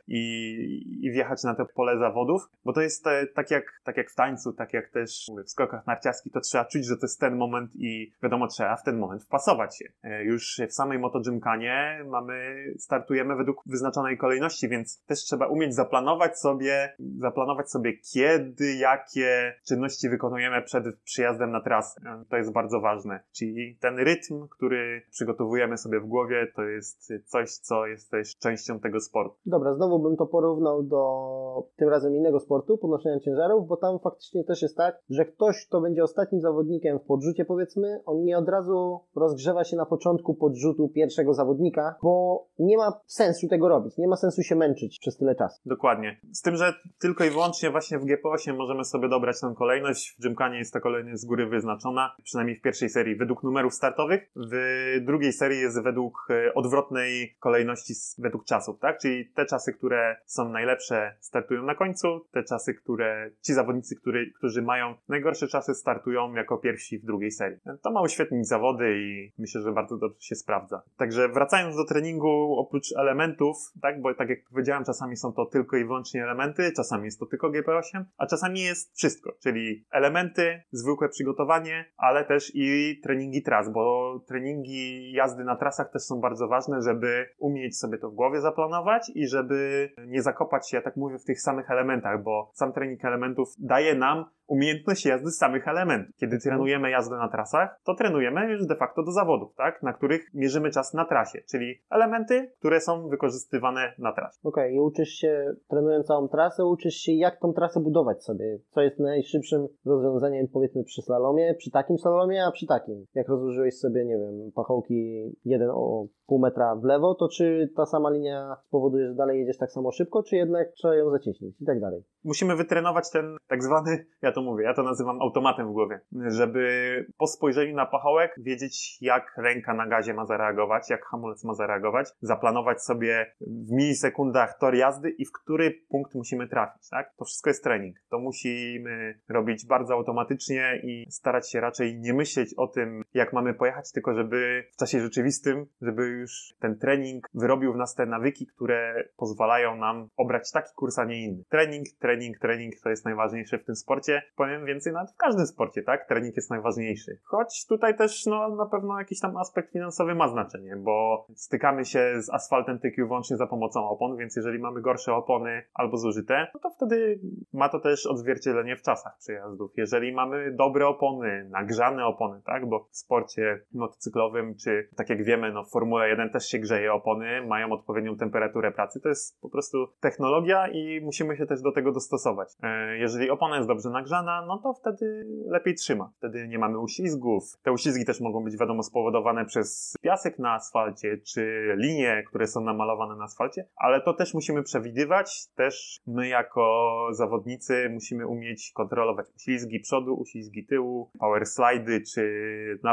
i, i wjechać na to pole zawodów, bo to jest te, tak, jak, tak jak w tańcu, tak jak też w skokach narciarskich, to trzeba czuć, że to jest ten moment i wiadomo, trzeba w ten moment wpasować się. Już w samej MotoGymkhanie mamy, startujemy według wyznaczonej kolejności, więc też trzeba umieć zaplanować sobie, zaplanować sobie kiedy, jakie czynności wykonujemy przed przyjazdem na trasę. To jest bardzo ważne. Czyli ten rytm, który przygotowujemy sobie w głowie, to jest coś, co jest też częścią tego sportu. Dobra, znowu bym to porównał do tym razem innego sportu, podnoszenia ciężarów, bo tam faktycznie też jest tak, że ktoś, kto będzie ostatnim zawodnikiem w podrzucie, powiedzmy, on nie od razu rozgrzewa się na początku podrzutu pierwszego zawodnika, bo nie ma sensu tego robić, nie ma sensu się męczyć przez tyle czasu. Dokładnie. Z tym, że tylko i wyłącznie właśnie w G P osiem możemy sobie dobrać tę kolejność. W Gymkhanie jest ta kolejność z góry wyznaczona, przynajmniej w pierwszej serii według numerów startowych, w drugiej serii jest według odwrotnej kolejności, według czasów, tak? Czyli te czasy, które są najlepsze, startują na końcu, te czasy, które ci zawodnicy, który, którzy mają najgorsze czasy, startują jako pierwsi w drugiej serii. To ma uświetnić zawody i myślę, że bardzo dobrze się sprawdza. Także wracając do treningu, oprócz elementów, tak, bo tak jak powiedziałem, czasami są to tylko i wyłącznie elementy, czasami jest to tylko G P osiem, a czasami jest wszystko, czyli elementy, zwykłe przygotowanie, ale też i treningi tras, bo treningi jazdy na trasach też są bardzo ważne, żeby umieć sobie to w głowie zaplanować i żeby nie zakopać się, ja tak mówię, w tych samych elementach, bo sam trening elementów daje nam umiejętność jazdy z samych elementów. Kiedy trenujemy jazdę na trasach, to trenujemy już de facto do zawodów, tak? Na których mierzymy czas na trasie, czyli elementy, które są wykorzystywane na trasie. Okej, okay, i uczysz się, trenując całą trasę, uczysz się, jak tą trasę budować sobie. Co jest najszybszym rozwiązaniem, powiedzmy, przy slalomie, przy takim slalomie, a przy takim. Jak rozłożyłeś sobie, nie wiem, pachołki jeden o pół metra w lewo, to czy ta sama linia spowoduje, że dalej jedziesz tak samo szybko, czy jednak trzeba ją zacieśnić i tak dalej. Musimy wytrenować ten tak zwany, ja to mówię, ja to nazywam automatem w głowie, żeby po spojrzeniu na pachołek wiedzieć, jak ręka na gazie ma zareagować, jak hamulec ma zareagować, zaplanować sobie w milisekundach tor jazdy i w który punkt musimy trafić, tak? To wszystko jest trening. To musimy robić bardzo automatycznie i starać się raczej nie myśleć o tym, jak mamy pojechać, tylko żeby w czasie rzeczywistym, żeby już ten trening wyrobił w nas te nawyki, które pozwalają nam obrać taki kurs, a nie inny. Trening, trening, trening to jest najważniejsze w tym sporcie. Powiem więcej, nawet w każdym sporcie, tak? Trening jest najważniejszy. Choć tutaj też, no, na pewno jakiś tam aspekt finansowy ma znaczenie, bo stykamy się z asfaltem tylko i wyłącznie za pomocą opon, więc jeżeli mamy gorsze opony albo zużyte, no to wtedy ma to też odzwierciedlenie w czasach przejazdów. Jeżeli mamy dobre opony, nagrzane opony, tak? Bo w sporcie motocyklowym, czy tak jak wiemy, no w Formule jeden też się grzeje opony, mają odpowiednią temperaturę pracy. To jest po prostu technologia i musimy się też do tego dostosować. Jeżeli opona jest dobrze nagrzana, no to wtedy lepiej trzyma. Wtedy nie mamy uślizgów. Te uślizgi też mogą być, wiadomo, spowodowane przez piasek na asfalcie, czy linie, które są namalowane na asfalcie, ale to też musimy przewidywać. Też my jako zawodnicy musimy umieć kontrolować uślizgi przodu, uślizgi tyłu, power slidy, czy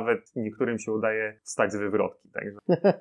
nawet niektórym się udaje wstać z wywrotki. Także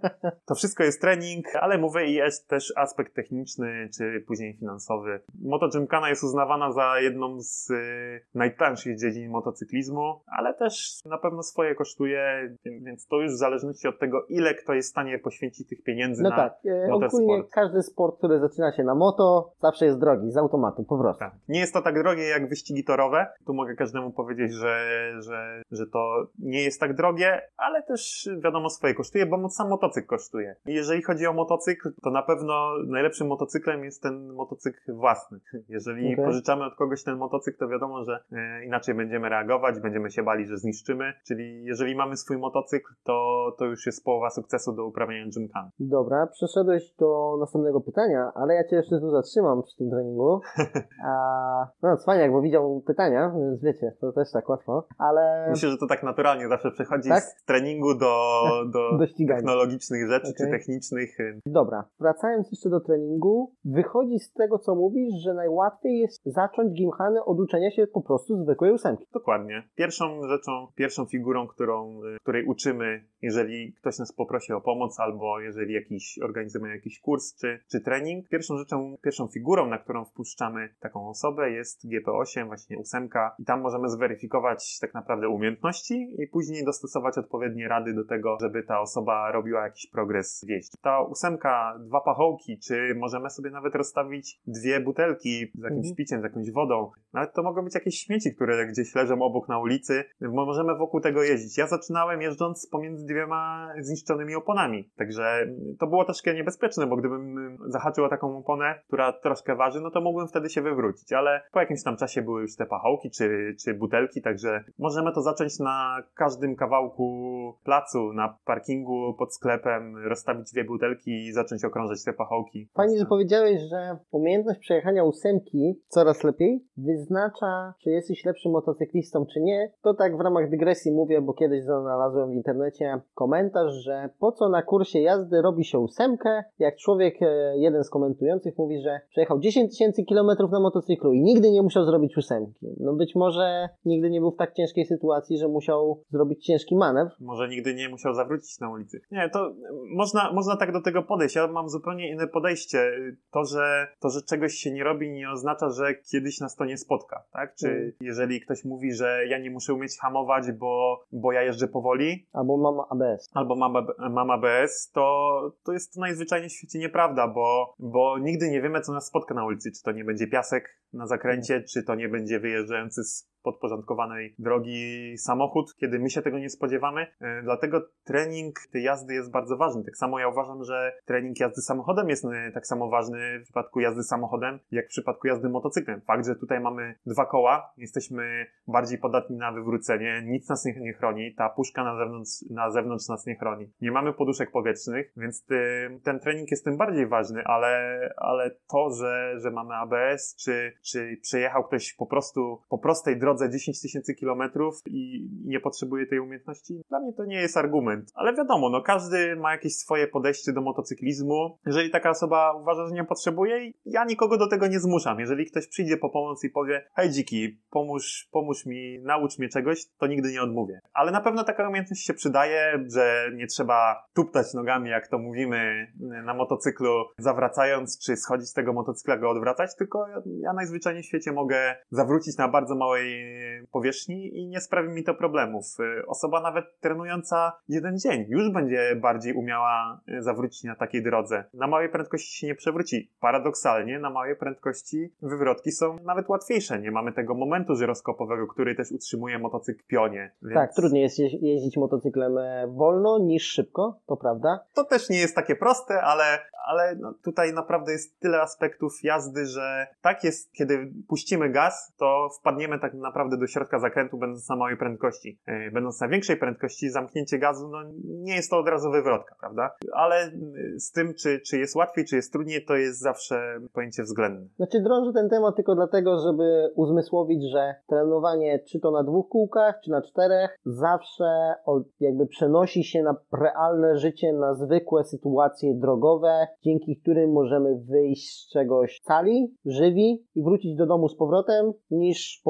to wszystko jest trening, ale mówię i jest też aspekt techniczny, czy później finansowy. MotoGymkhana jest uznawana za jedną z y, najtańszych dziedzin motocyklizmu, ale też na pewno swoje kosztuje, więc to już w zależności od tego, ile kto jest w stanie poświęcić tych pieniędzy no na tak, e, motorsport. ogólnie każdy sport, który zaczyna się na moto, zawsze jest drogi, z automatu, po prostu. Tak. Nie jest to tak drogie jak wyścigi torowe. Tu mogę każdemu powiedzieć, że, że, że to nie jest tak drogie, ale też wiadomo swoje kosztuje, bo sam motocykl kosztuje. I jeżeli chodzi o motocykl, to na pewno najlepszym motocyklem jest ten motocykl własny. Jeżeli okay. pożyczamy od kogoś ten motocykl, to wiadomo, że e, inaczej będziemy reagować, będziemy się bali, że zniszczymy. Czyli jeżeli mamy swój motocykl, to, to już jest połowa sukcesu do uprawiania gymkhany. Dobra, przeszedłeś do następnego pytania, ale ja cię jeszcze tu zatrzymam przy tym treningu. A, no cwaniak, bo widział pytania, więc wiecie, to też tak łatwo, ale... Myślę, że to tak naturalnie zawsze przechodzi tak? z treningu do, do, do technologicznych rzeczy, okay. czy technicznych. Dobra, wracając jeszcze do treningu, wychodzi z tego, co mówisz, że najłatwiej jest zacząć gymkhanę od uczenia się po prostu zwykłej ósemki. Dokładnie. Pierwszą rzeczą, pierwszą figurą, którą, której uczymy, jeżeli ktoś nas poprosi o pomoc, albo jeżeli jakiś, organizujemy jakiś kurs, czy, czy trening, pierwszą rzeczą, pierwszą figurą, na którą wpuszczamy taką osobę, jest G P osiem, właśnie ósemka, i tam możemy zweryfikować tak naprawdę umiejętności i później dostosować odpowiednie rady do tego, żeby ta osoba robiła jakiś progres w jeździe. Ta ósemka, dwa pachołki, czy możemy sobie nawet rozstawić dwie butelki z jakimś mhm. piciem, z jakąś wodą. Nawet to mogą być jakieś śmieci, które gdzieś leżą obok na ulicy. Możemy wokół tego jeździć. Ja zaczynałem jeżdżąc pomiędzy dwiema zniszczonymi oponami. Także to było troszkę niebezpieczne, bo gdybym zahaczył o taką oponę, która troszkę waży, no to mógłbym wtedy się wywrócić. Ale po jakimś tam czasie były już te pachołki czy, czy butelki, także możemy to zacząć na każdym kawałku placu, na parkingu pod sklepem, rozstawić dwie butelki i zacząć okrążać te pachołki. Fajnie, że powiedziałeś, że umiejętność przejechania ósemki coraz lepiej wyznacza, czy jesteś lepszym motocyklistą, czy nie. To tak w ramach dygresji mówię, bo kiedyś znalazłem w internecie komentarz, że po co na kursie jazdy robi się ósemkę, jak człowiek, jeden z komentujących mówi, że przejechał dziesięć tysięcy kilometrów na motocyklu i nigdy nie musiał zrobić ósemki. No być może nigdy nie był w tak ciężkiej sytuacji, że musiał zrobić ciężki manewr. Może nigdy nie musiał zawrócić na ulicy. Nie, to można, można tak do tego podejść. Ja mam zupełnie inne podejście. To, że, to, że czegoś się nie robi, nie oznacza, że kiedyś nas to nie spotka, tak? Czy hmm. jeżeli ktoś mówi, że ja nie muszę umieć hamować, bo, bo ja jeżdżę powoli. Albo mam A B S. Albo mam, mam A B S, to, to jest to najzwyczajniej w świecie nieprawda, bo, bo nigdy nie wiemy, co nas spotka na ulicy. Czy to nie będzie piasek na zakręcie, hmm. czy to nie będzie wyjeżdżający z podporządkowanej drogi samochód, kiedy my się tego nie spodziewamy. Yy, dlatego trening tej jazdy jest bardzo ważny. Tak samo ja uważam, że trening jazdy samochodem jest yy, tak samo ważny w przypadku jazdy samochodem, jak w przypadku jazdy motocyklem. Fakt, że tutaj mamy dwa koła, jesteśmy bardziej podatni na wywrócenie, nic nas nie, nie chroni, ta puszka na zewnątrz, na zewnątrz nas nie chroni. Nie mamy poduszek powietrznych, więc ty, ten trening jest tym bardziej ważny, ale, ale to, że, że mamy A B S, czy, czy przejechał ktoś po prostu po prostej drodze dziesięć tysięcy kilometrów i nie potrzebuje tej umiejętności, dla mnie to nie jest argument. Ale wiadomo, no każdy ma jakieś swoje podejście do motocyklizmu. Jeżeli taka osoba uważa, że nie potrzebuje, ja nikogo do tego nie zmuszam. Jeżeli ktoś przyjdzie po pomoc i powie, hej dziki, pomóż, pomóż mi, naucz mnie czegoś, to nigdy nie odmówię. Ale na pewno taka umiejętność się przydaje, że nie trzeba tuptać nogami, jak to mówimy na motocyklu, zawracając, czy schodzić z tego motocykla, go odwracać, tylko ja, ja najzwyczajniej w świecie mogę zawrócić na bardzo małej powierzchni i nie sprawi mi to problemów. Osoba nawet trenująca jeden dzień już będzie bardziej umiała zawrócić na takiej drodze. Na małej prędkości się nie przewróci. Paradoksalnie na małej prędkości wywrotki są nawet łatwiejsze. Nie mamy tego momentu żyroskopowego, który też utrzymuje motocykl w pionie. Więc... Tak, trudniej jest jeździć motocyklem wolno niż szybko, to prawda? To też nie jest takie proste, ale, ale no tutaj naprawdę jest tyle aspektów jazdy, że tak jest, kiedy puścimy gaz, to wpadniemy tak naprawdę do środka zakrętu, będąc na małej prędkości. Yy, będąc na większej prędkości, zamknięcie gazu, no nie jest to od razu wywrotka, prawda? Ale z tym, czy, czy jest łatwiej, czy jest trudniej, to jest zawsze pojęcie względne. Znaczy drążę ten temat tylko dlatego, żeby uzmysłowić, że trenowanie czy to na dwóch kółkach, czy na czterech, zawsze od, jakby przenosi się na realne życie, na zwykłe sytuacje drogowe, dzięki którym możemy wyjść z czegoś cali, żywi i wrócić do domu z powrotem, niż po prostu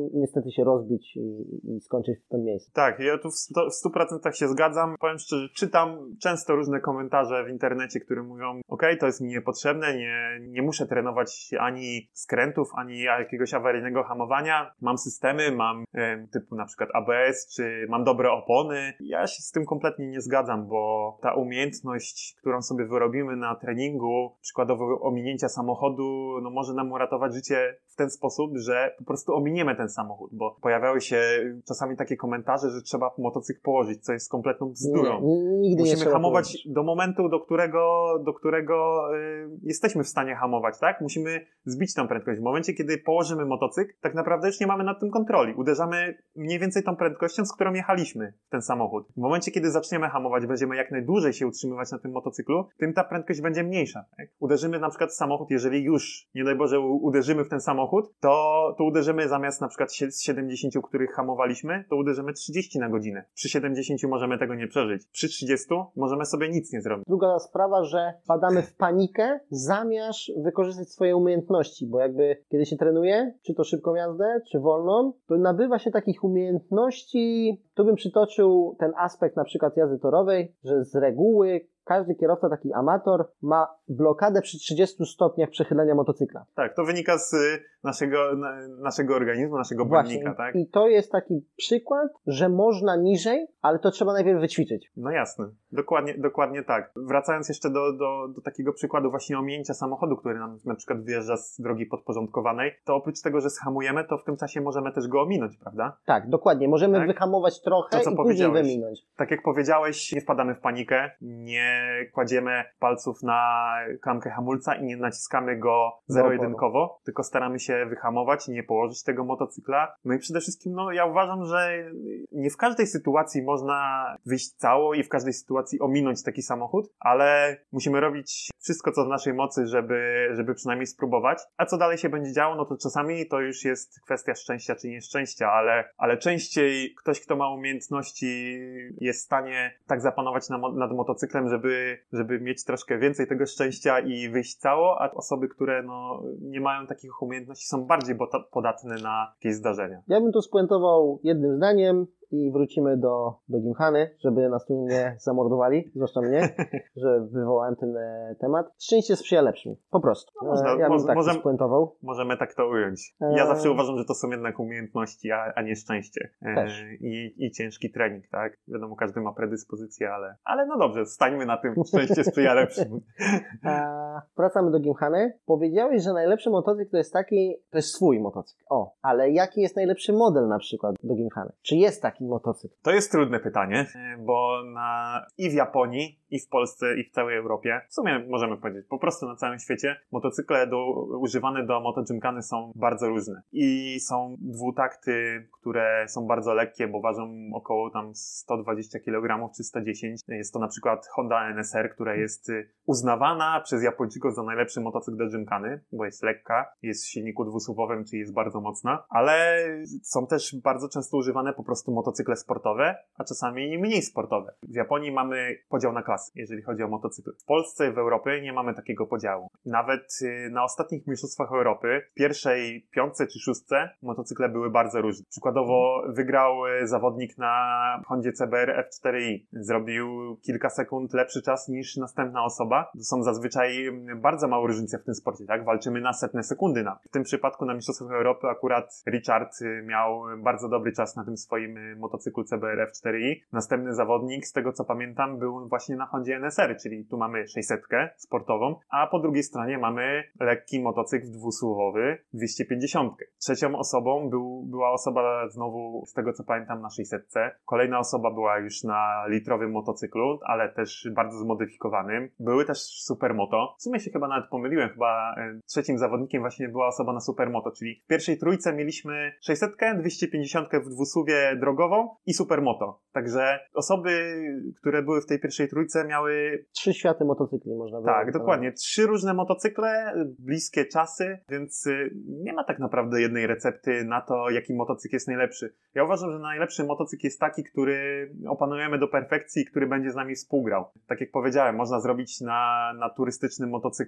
niestety się rozbić i, i skończyć w tym miejscu. Tak, ja tu w sto, w stu procentach się zgadzam. Powiem szczerze, czytam często różne komentarze w internecie, które mówią, ok, to jest mi niepotrzebne, nie, nie muszę trenować ani skrętów, ani jakiegoś awaryjnego hamowania. Mam systemy, mam e, typu na przykład A B S, czy mam dobre opony. Ja się z tym kompletnie nie zgadzam, bo ta umiejętność, którą sobie wyrobimy na treningu, przykładowo ominięcia samochodu, no może nam uratować życie w ten sposób, że po prostu ominiemy ten samochód, bo pojawiały się czasami takie komentarze, że trzeba motocykl położyć, co jest kompletną bzdurą. Nie, nigdy Musimy nie hamować położyć. do momentu, do którego, do którego y, jesteśmy w stanie hamować, tak? Musimy zbić tą prędkość. W momencie, kiedy położymy motocykl, tak naprawdę już nie mamy nad tym kontroli. Uderzamy mniej więcej tą prędkością, z którą jechaliśmy w ten samochód. W momencie, kiedy zaczniemy hamować, będziemy jak najdłużej się utrzymywać na tym motocyklu, tym ta prędkość będzie mniejsza. Tak? Uderzymy na przykład w samochód, jeżeli już, nie daj Boże, uderzymy w ten samochód, to, to uderzymy zamiast na przykład z siedemdziesięciu, których hamowaliśmy, to uderzymy trzydzieści na godzinę. Przy siedemdziesięciu możemy tego nie przeżyć. Przy trzydziestu możemy sobie nic nie zrobić. Druga sprawa, że wpadamy w panikę zamiast wykorzystać swoje umiejętności, bo jakby kiedy się trenuje, czy to szybką jazdę, czy wolną, to nabywa się takich umiejętności. Tu bym przytoczył ten aspekt na przykład jazdy torowej, że z reguły każdy kierowca, taki amator, ma blokadę przy trzydziestu stopniach przechylenia motocykla. Tak, to wynika z naszego, na, naszego organizmu, naszego Właśnie. błędnika, tak? I to jest taki przykład, że można niżej, ale to trzeba najpierw wyćwiczyć. No jasne, dokładnie, dokładnie tak. Wracając jeszcze do, do, do takiego przykładu właśnie ominięcia samochodu, który nam na przykład wyjeżdża z drogi podporządkowanej, to oprócz tego, że schamujemy, to w tym czasie możemy też go ominąć, prawda? Tak, dokładnie. Możemy tak? wyhamować trochę to, co i później powiedziałeś. wyminąć. Tak jak powiedziałeś, nie wpadamy w panikę, nie kładziemy palców na klamkę hamulca i nie naciskamy go zero-jedynkowo, tylko staramy się wyhamować, nie położyć tego motocykla. No i przede wszystkim, no ja uważam, że nie w każdej sytuacji można wyjść cało i w każdej sytuacji ominąć taki samochód, ale musimy robić wszystko, co w naszej mocy, żeby, żeby przynajmniej spróbować. A co dalej się będzie działo, no to czasami to już jest kwestia szczęścia czy nieszczęścia, ale, ale częściej ktoś, kto ma umiejętności, jest w stanie tak zapanować na, nad motocyklem, żeby, żeby mieć troszkę więcej tego szczęścia i wyjść cało, a osoby, które no, nie mają takich umiejętności, są bardziej podatne na jakieś zdarzenia. Ja bym to spuentował jednym zdaniem i wrócimy do, do Gimkhany, żeby nas tu nie zamordowali, zwłaszcza mnie, że wywołałem ten e, temat. Szczęście sprzyja lepszym. Po prostu. No można, e, ja bym może, tak możemy, to spuentował. Możemy tak to ująć. Ja E... zawsze uważam, że to są jednak umiejętności, a, a nie szczęście. E, Też. I, I ciężki trening, tak? Wiadomo, każdy ma predyspozycję, ale, ale no dobrze, stańmy na tym, szczęście sprzyja lepszym. E, wracamy do Gimkhany. Powiedziałeś, że najlepszy motocykl to jest taki, to jest swój motocykl. O, ale jaki jest najlepszy model na przykład do Gimkhany? Czy jest taki motocykl? To jest trudne pytanie, bo na, i w Japonii, i w Polsce, i w całej Europie, w sumie możemy powiedzieć, po prostu na całym świecie, motocykle do, używane do motogymkany są bardzo różne. I są dwutakty, które są bardzo lekkie, bo ważą około tam sto dwadzieścia kilogramów czy sto dziesięć. Jest to na przykład Honda N S R, która jest uznawana przez Japończyków za najlepszy motocykl do gymkany, bo jest lekka, jest w silniku dwusuwowym, czyli jest bardzo mocna, ale są też bardzo często używane po prostu motocykle sportowe, a czasami mniej sportowe. W Japonii mamy podział na klasy, jeżeli chodzi o motocykle. W Polsce i w Europie nie mamy takiego podziału. Nawet na ostatnich mistrzostwach Europy, w pierwszej piątce czy szóstce, motocykle były bardzo różne. Przykładowo wygrał zawodnik na Hondzie C B R F cztery i. Zrobił kilka sekund lepszy czas niż następna osoba. To są zazwyczaj bardzo małe różnice w tym sporcie, tak? Walczymy na setne sekundy. Na. W tym przypadku na mistrzostwach Europy akurat Richard miał bardzo dobry czas na tym swoim motocyklu C B R F cztery i. Następny zawodnik, z tego co pamiętam, był właśnie na Hondzie N S R, czyli tu mamy sześćsetkę sportową, a po drugiej stronie mamy lekki motocykl dwusuwowy dwieście pięćdziesiąt. Trzecią osobą był, była osoba znowu, z tego co pamiętam, na sześćsetce. Kolejna osoba była już na litrowym motocyklu, ale też bardzo zmodyfikowanym. Były też supermoto. W sumie się chyba nawet pomyliłem, chyba trzecim zawodnikiem właśnie była osoba na supermoto, czyli w pierwszej trójce mieliśmy sześćsetkę, dwieście pięćdziesiąt w dwusuwie drogową i supermoto. Także osoby, które były w tej pierwszej trójce, miały... Trzy światy motocykli można by Tak, dokładnie. Trzy różne motocykle, bliskie czasy, więc nie ma tak naprawdę jednej recepty na to, jaki motocykl jest najlepszy. Ja uważam, że najlepszy motocykl jest taki, który opanujemy do perfekcji i który będzie z nami współgrał. Tak jak powiedziałem, można zrobić na, na turystycznym motocyklu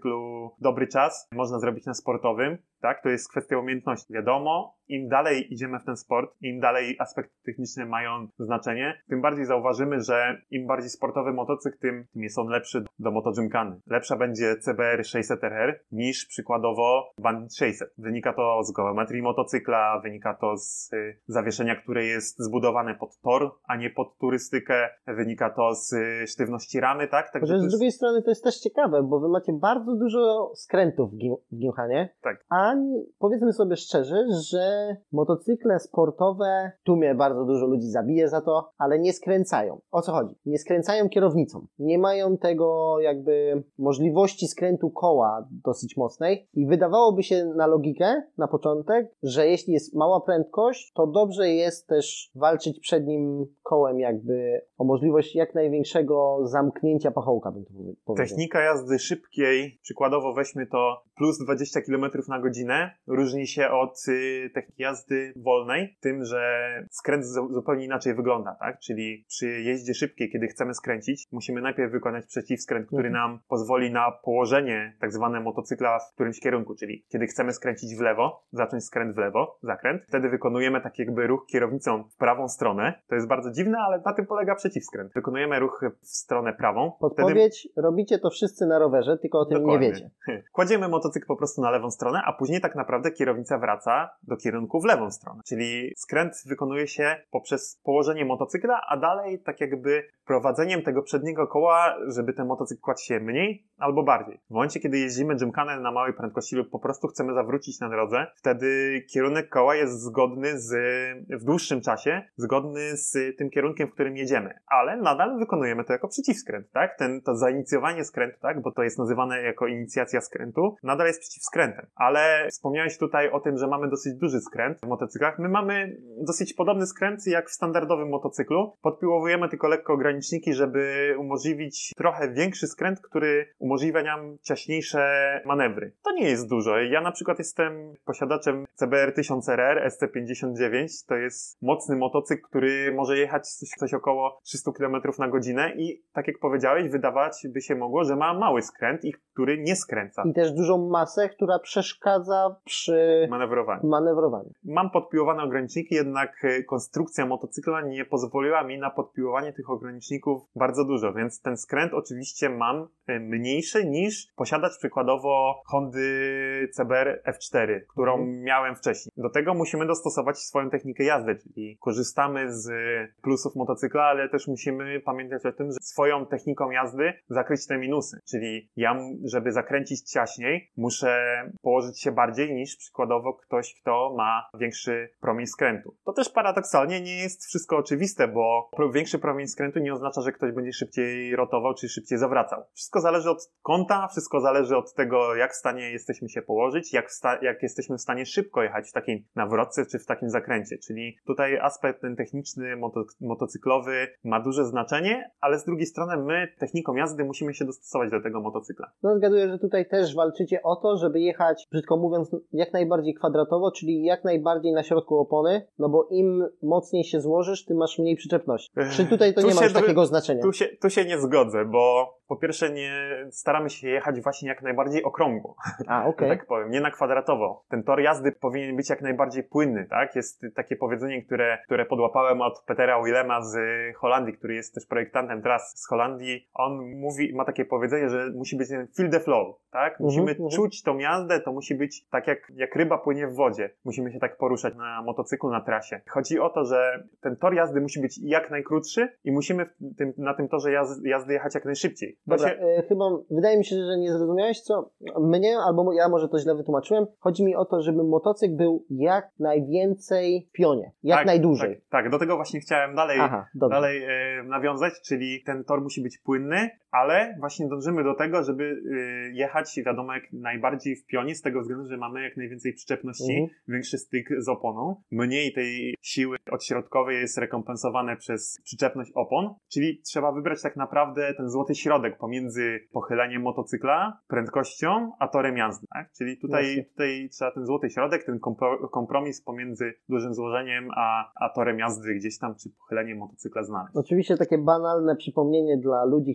prostu dobry czas można zrobić na sportowym, tak? To jest kwestia umiejętności. Wiadomo, im dalej idziemy w ten sport, im dalej aspekty techniczne mają znaczenie, tym bardziej zauważymy, że im bardziej sportowy motocykl, tym, tym jest on lepszy do motogymkany. Lepsza będzie C B R sześćset R R niż przykładowo Bandit sześćset. Wynika to z geometrii motocykla, wynika to z y, zawieszenia, które jest zbudowane pod tor, a nie pod turystykę, wynika to z y, sztywności ramy, tak? Także z drugiej strony to jest też ciekawe, bo wy macie bardzo dużo skrętów w, gim- w Gimkhanie, Tak. a powiedzmy sobie szczerze, że motocykle sportowe, tu mnie bardzo dużo ludzi zabije za to, ale nie skręcają. O co chodzi? Nie skręcają kierownicą. Nie mają tego jakby możliwości skrętu koła dosyć mocnej i wydawałoby się na logikę, na początek, że jeśli jest mała prędkość, to dobrze jest też walczyć przednim kołem jakby o możliwość jak największego zamknięcia pachołka, bym to powiedział. Technika jazdy szybkiej, przykładowo weźmy to plus dwadzieścia kilometrów na godzinę, różni się od y, techniki jazdy wolnej, tym, że skręt z, zupełnie inaczej wygląda, tak? Czyli przy jeździe szybkiej, kiedy chcemy skręcić, musimy najpierw wykonać przeciwskręt, który Mhm. nam pozwoli na położenie tak zwane motocykla w którymś kierunku, czyli kiedy chcemy skręcić w lewo, zacząć skręt w lewo, zakręt, wtedy wykonujemy tak jakby ruch kierownicą w prawą stronę. To jest bardzo dziwne, ale na tym polega przeciwskręt. Wykonujemy ruch w stronę prawą. Podpowiedź, wtedy... robicie to wszyscy na rowerze, tylko o tym Dokładnie. nie wiecie. Kładziemy motocykl po prostu na lewą stronę, a później tak naprawdę kierownica wraca do kierunku w lewą stronę. Czyli skręt wykonuje się poprzez położenie motocykla, a dalej tak jakby prowadzeniem tego przedniego koła, żeby ten motocykl kładł się mniej albo bardziej. W momencie, kiedy jeździmy gymkhanę na małej prędkości lub po prostu chcemy zawrócić na drodze, wtedy kierunek koła jest zgodny z, w dłuższym czasie, zgodny z tym kierunkiem, w którym jedziemy. Ale nadal wykonujemy to jako przeciwskręt, tak? Ten, to zainicjowanie skrętu, tak? Bo to jest nazywane jako inicjacja skrętu, nadal jest przeciwskrętem. Ale wspomniałeś tutaj o tym, że mamy dosyć duży skręt w motocyklach. My mamy dosyć podobny skręt jak w standardowym motocyklu. Podpiłowujemy tylko lekko ograniczniki, żeby umożliwić trochę większy skręt, który umożliwia nam ciaśniejsze manewry. To nie jest dużo. Ja na przykład jestem posiadaczem C B R tysiąc R R S C pięćdziesiąt dziewięć. To jest mocny motocykl, który może jechać coś, coś około trzysta kilometrów na godzinę i tak jak powiedziałeś, wydawać by się mogło, że ma mały skręt i który nie skręca. I też dużą masę, która przeszkadza przy manewrowaniu. manewrowaniu. Mam podpiłowane ograniczniki, jednak konstrukcja motocykla nie pozwoliła mi na podpiłowanie tych ograniczników bardzo dużo, więc ten skręt oczywiście mam mniejszy niż posiadać przykładowo Hondy C B R F cztery, którą mhm. miałem wcześniej. Do tego musimy dostosować swoją technikę jazdy, czyli korzystamy z plusów motocykla, ale też musimy pamiętać o tym, że swoją techniką jazdy zakryć te minusy, czyli ja, żeby zakręcić ciaśniej, muszę położyć się bardziej niż przykładowo ktoś, kto ma większy promień skrętu. To też paradoksalnie nie jest wszystko oczywiste, bo większy promień skrętu nie oznacza, że ktoś będzie szybciej rotował czy szybciej zawracał. Wszystko zależy od kąta, wszystko zależy od tego, jak w stanie jesteśmy się położyć, jak, sta- jak jesteśmy w stanie szybko jechać w takiej nawrotce czy w takim zakręcie. Czyli tutaj aspekt ten techniczny, moto- motocyklowy ma duże znaczenie, ale z drugiej strony my techniką jazdy musimy się dostosować do tego motocykla. No zgaduję, że tutaj też walczycie o to, żeby jechać, brzydko mówiąc, jak najbardziej kwadratowo, czyli jak najbardziej na środku opony, no bo im mocniej się złożysz, tym masz mniej przyczepności. Czy tutaj to tu nie ma się, już takiego znaczenia? Tu się, tu się nie zgodzę, bo po pierwsze nie staramy się jechać właśnie jak najbardziej okrągło. A, okej. Okay. Tak powiem, nie na kwadratowo. Ten tor jazdy powinien być jak najbardziej płynny, tak? Jest takie powiedzenie, które, które podłapałem od Petera Willema z Holandii, który jest też projektantem tras z Holandii. On mówi, ma takie powiedzenie, że musi być ten feel the flow, tak? Musimy Mhm, czuć tą jazdę, to musi być tak jak, jak ryba płynie w wodzie. Musimy się tak poruszać na motocyklu, na trasie. Chodzi o to, że ten tor jazdy musi być jak najkrótszy i musimy w tym, na tym torze jazdy, jazdy jechać jak najszybciej. To Dobra, się... e, chyba wydaje mi się, że nie zrozumiałeś, co mnie, albo ja może to źle wytłumaczyłem. Chodzi mi o to, żeby motocykl był jak najwięcej w pionie, jak tak, najdłużej. Tak, tak, do tego właśnie chciałem dalej, Aha, dalej e, nawiązać, czyli ten tor musi być płynny, ale właśnie dążymy do tego, żeby e, jechać, wiadomo, jak najbardziej w pionie, z tego względu, że mamy jak najwięcej przyczepności, mhm. większy styk z oponą, mniej tej siły odśrodkowej jest rekompensowane przez przyczepność opon, czyli trzeba wybrać tak naprawdę ten złoty środek pomiędzy pochyleniem motocykla, prędkością, a torem jazdy, tak? Czyli tutaj, tutaj trzeba ten złoty środek, ten kompromis pomiędzy dużym złożeniem, a, a torem jazdy gdzieś tam, czy pochyleniem motocykla znaleźć. Oczywiście takie banalne przypomnienie dla ludzi, którzy nie jeżdżą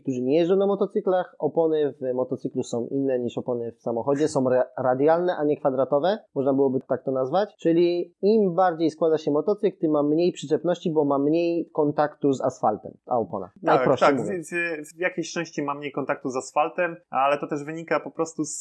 jeżdżę na motocyklach, opony w motocyklu są inne niż opony w samochodzie, są ra- radialne, a nie kwadratowe, można byłoby tak to nazwać, czyli im bardziej składa się motocykl, tym ma mniej przyczepności, bo ma mniej kontaktu z asfaltem, a opona. Tak, tak, w, w, w jakiejś części ma mniej kontaktu z asfaltem, ale to też wynika po prostu z,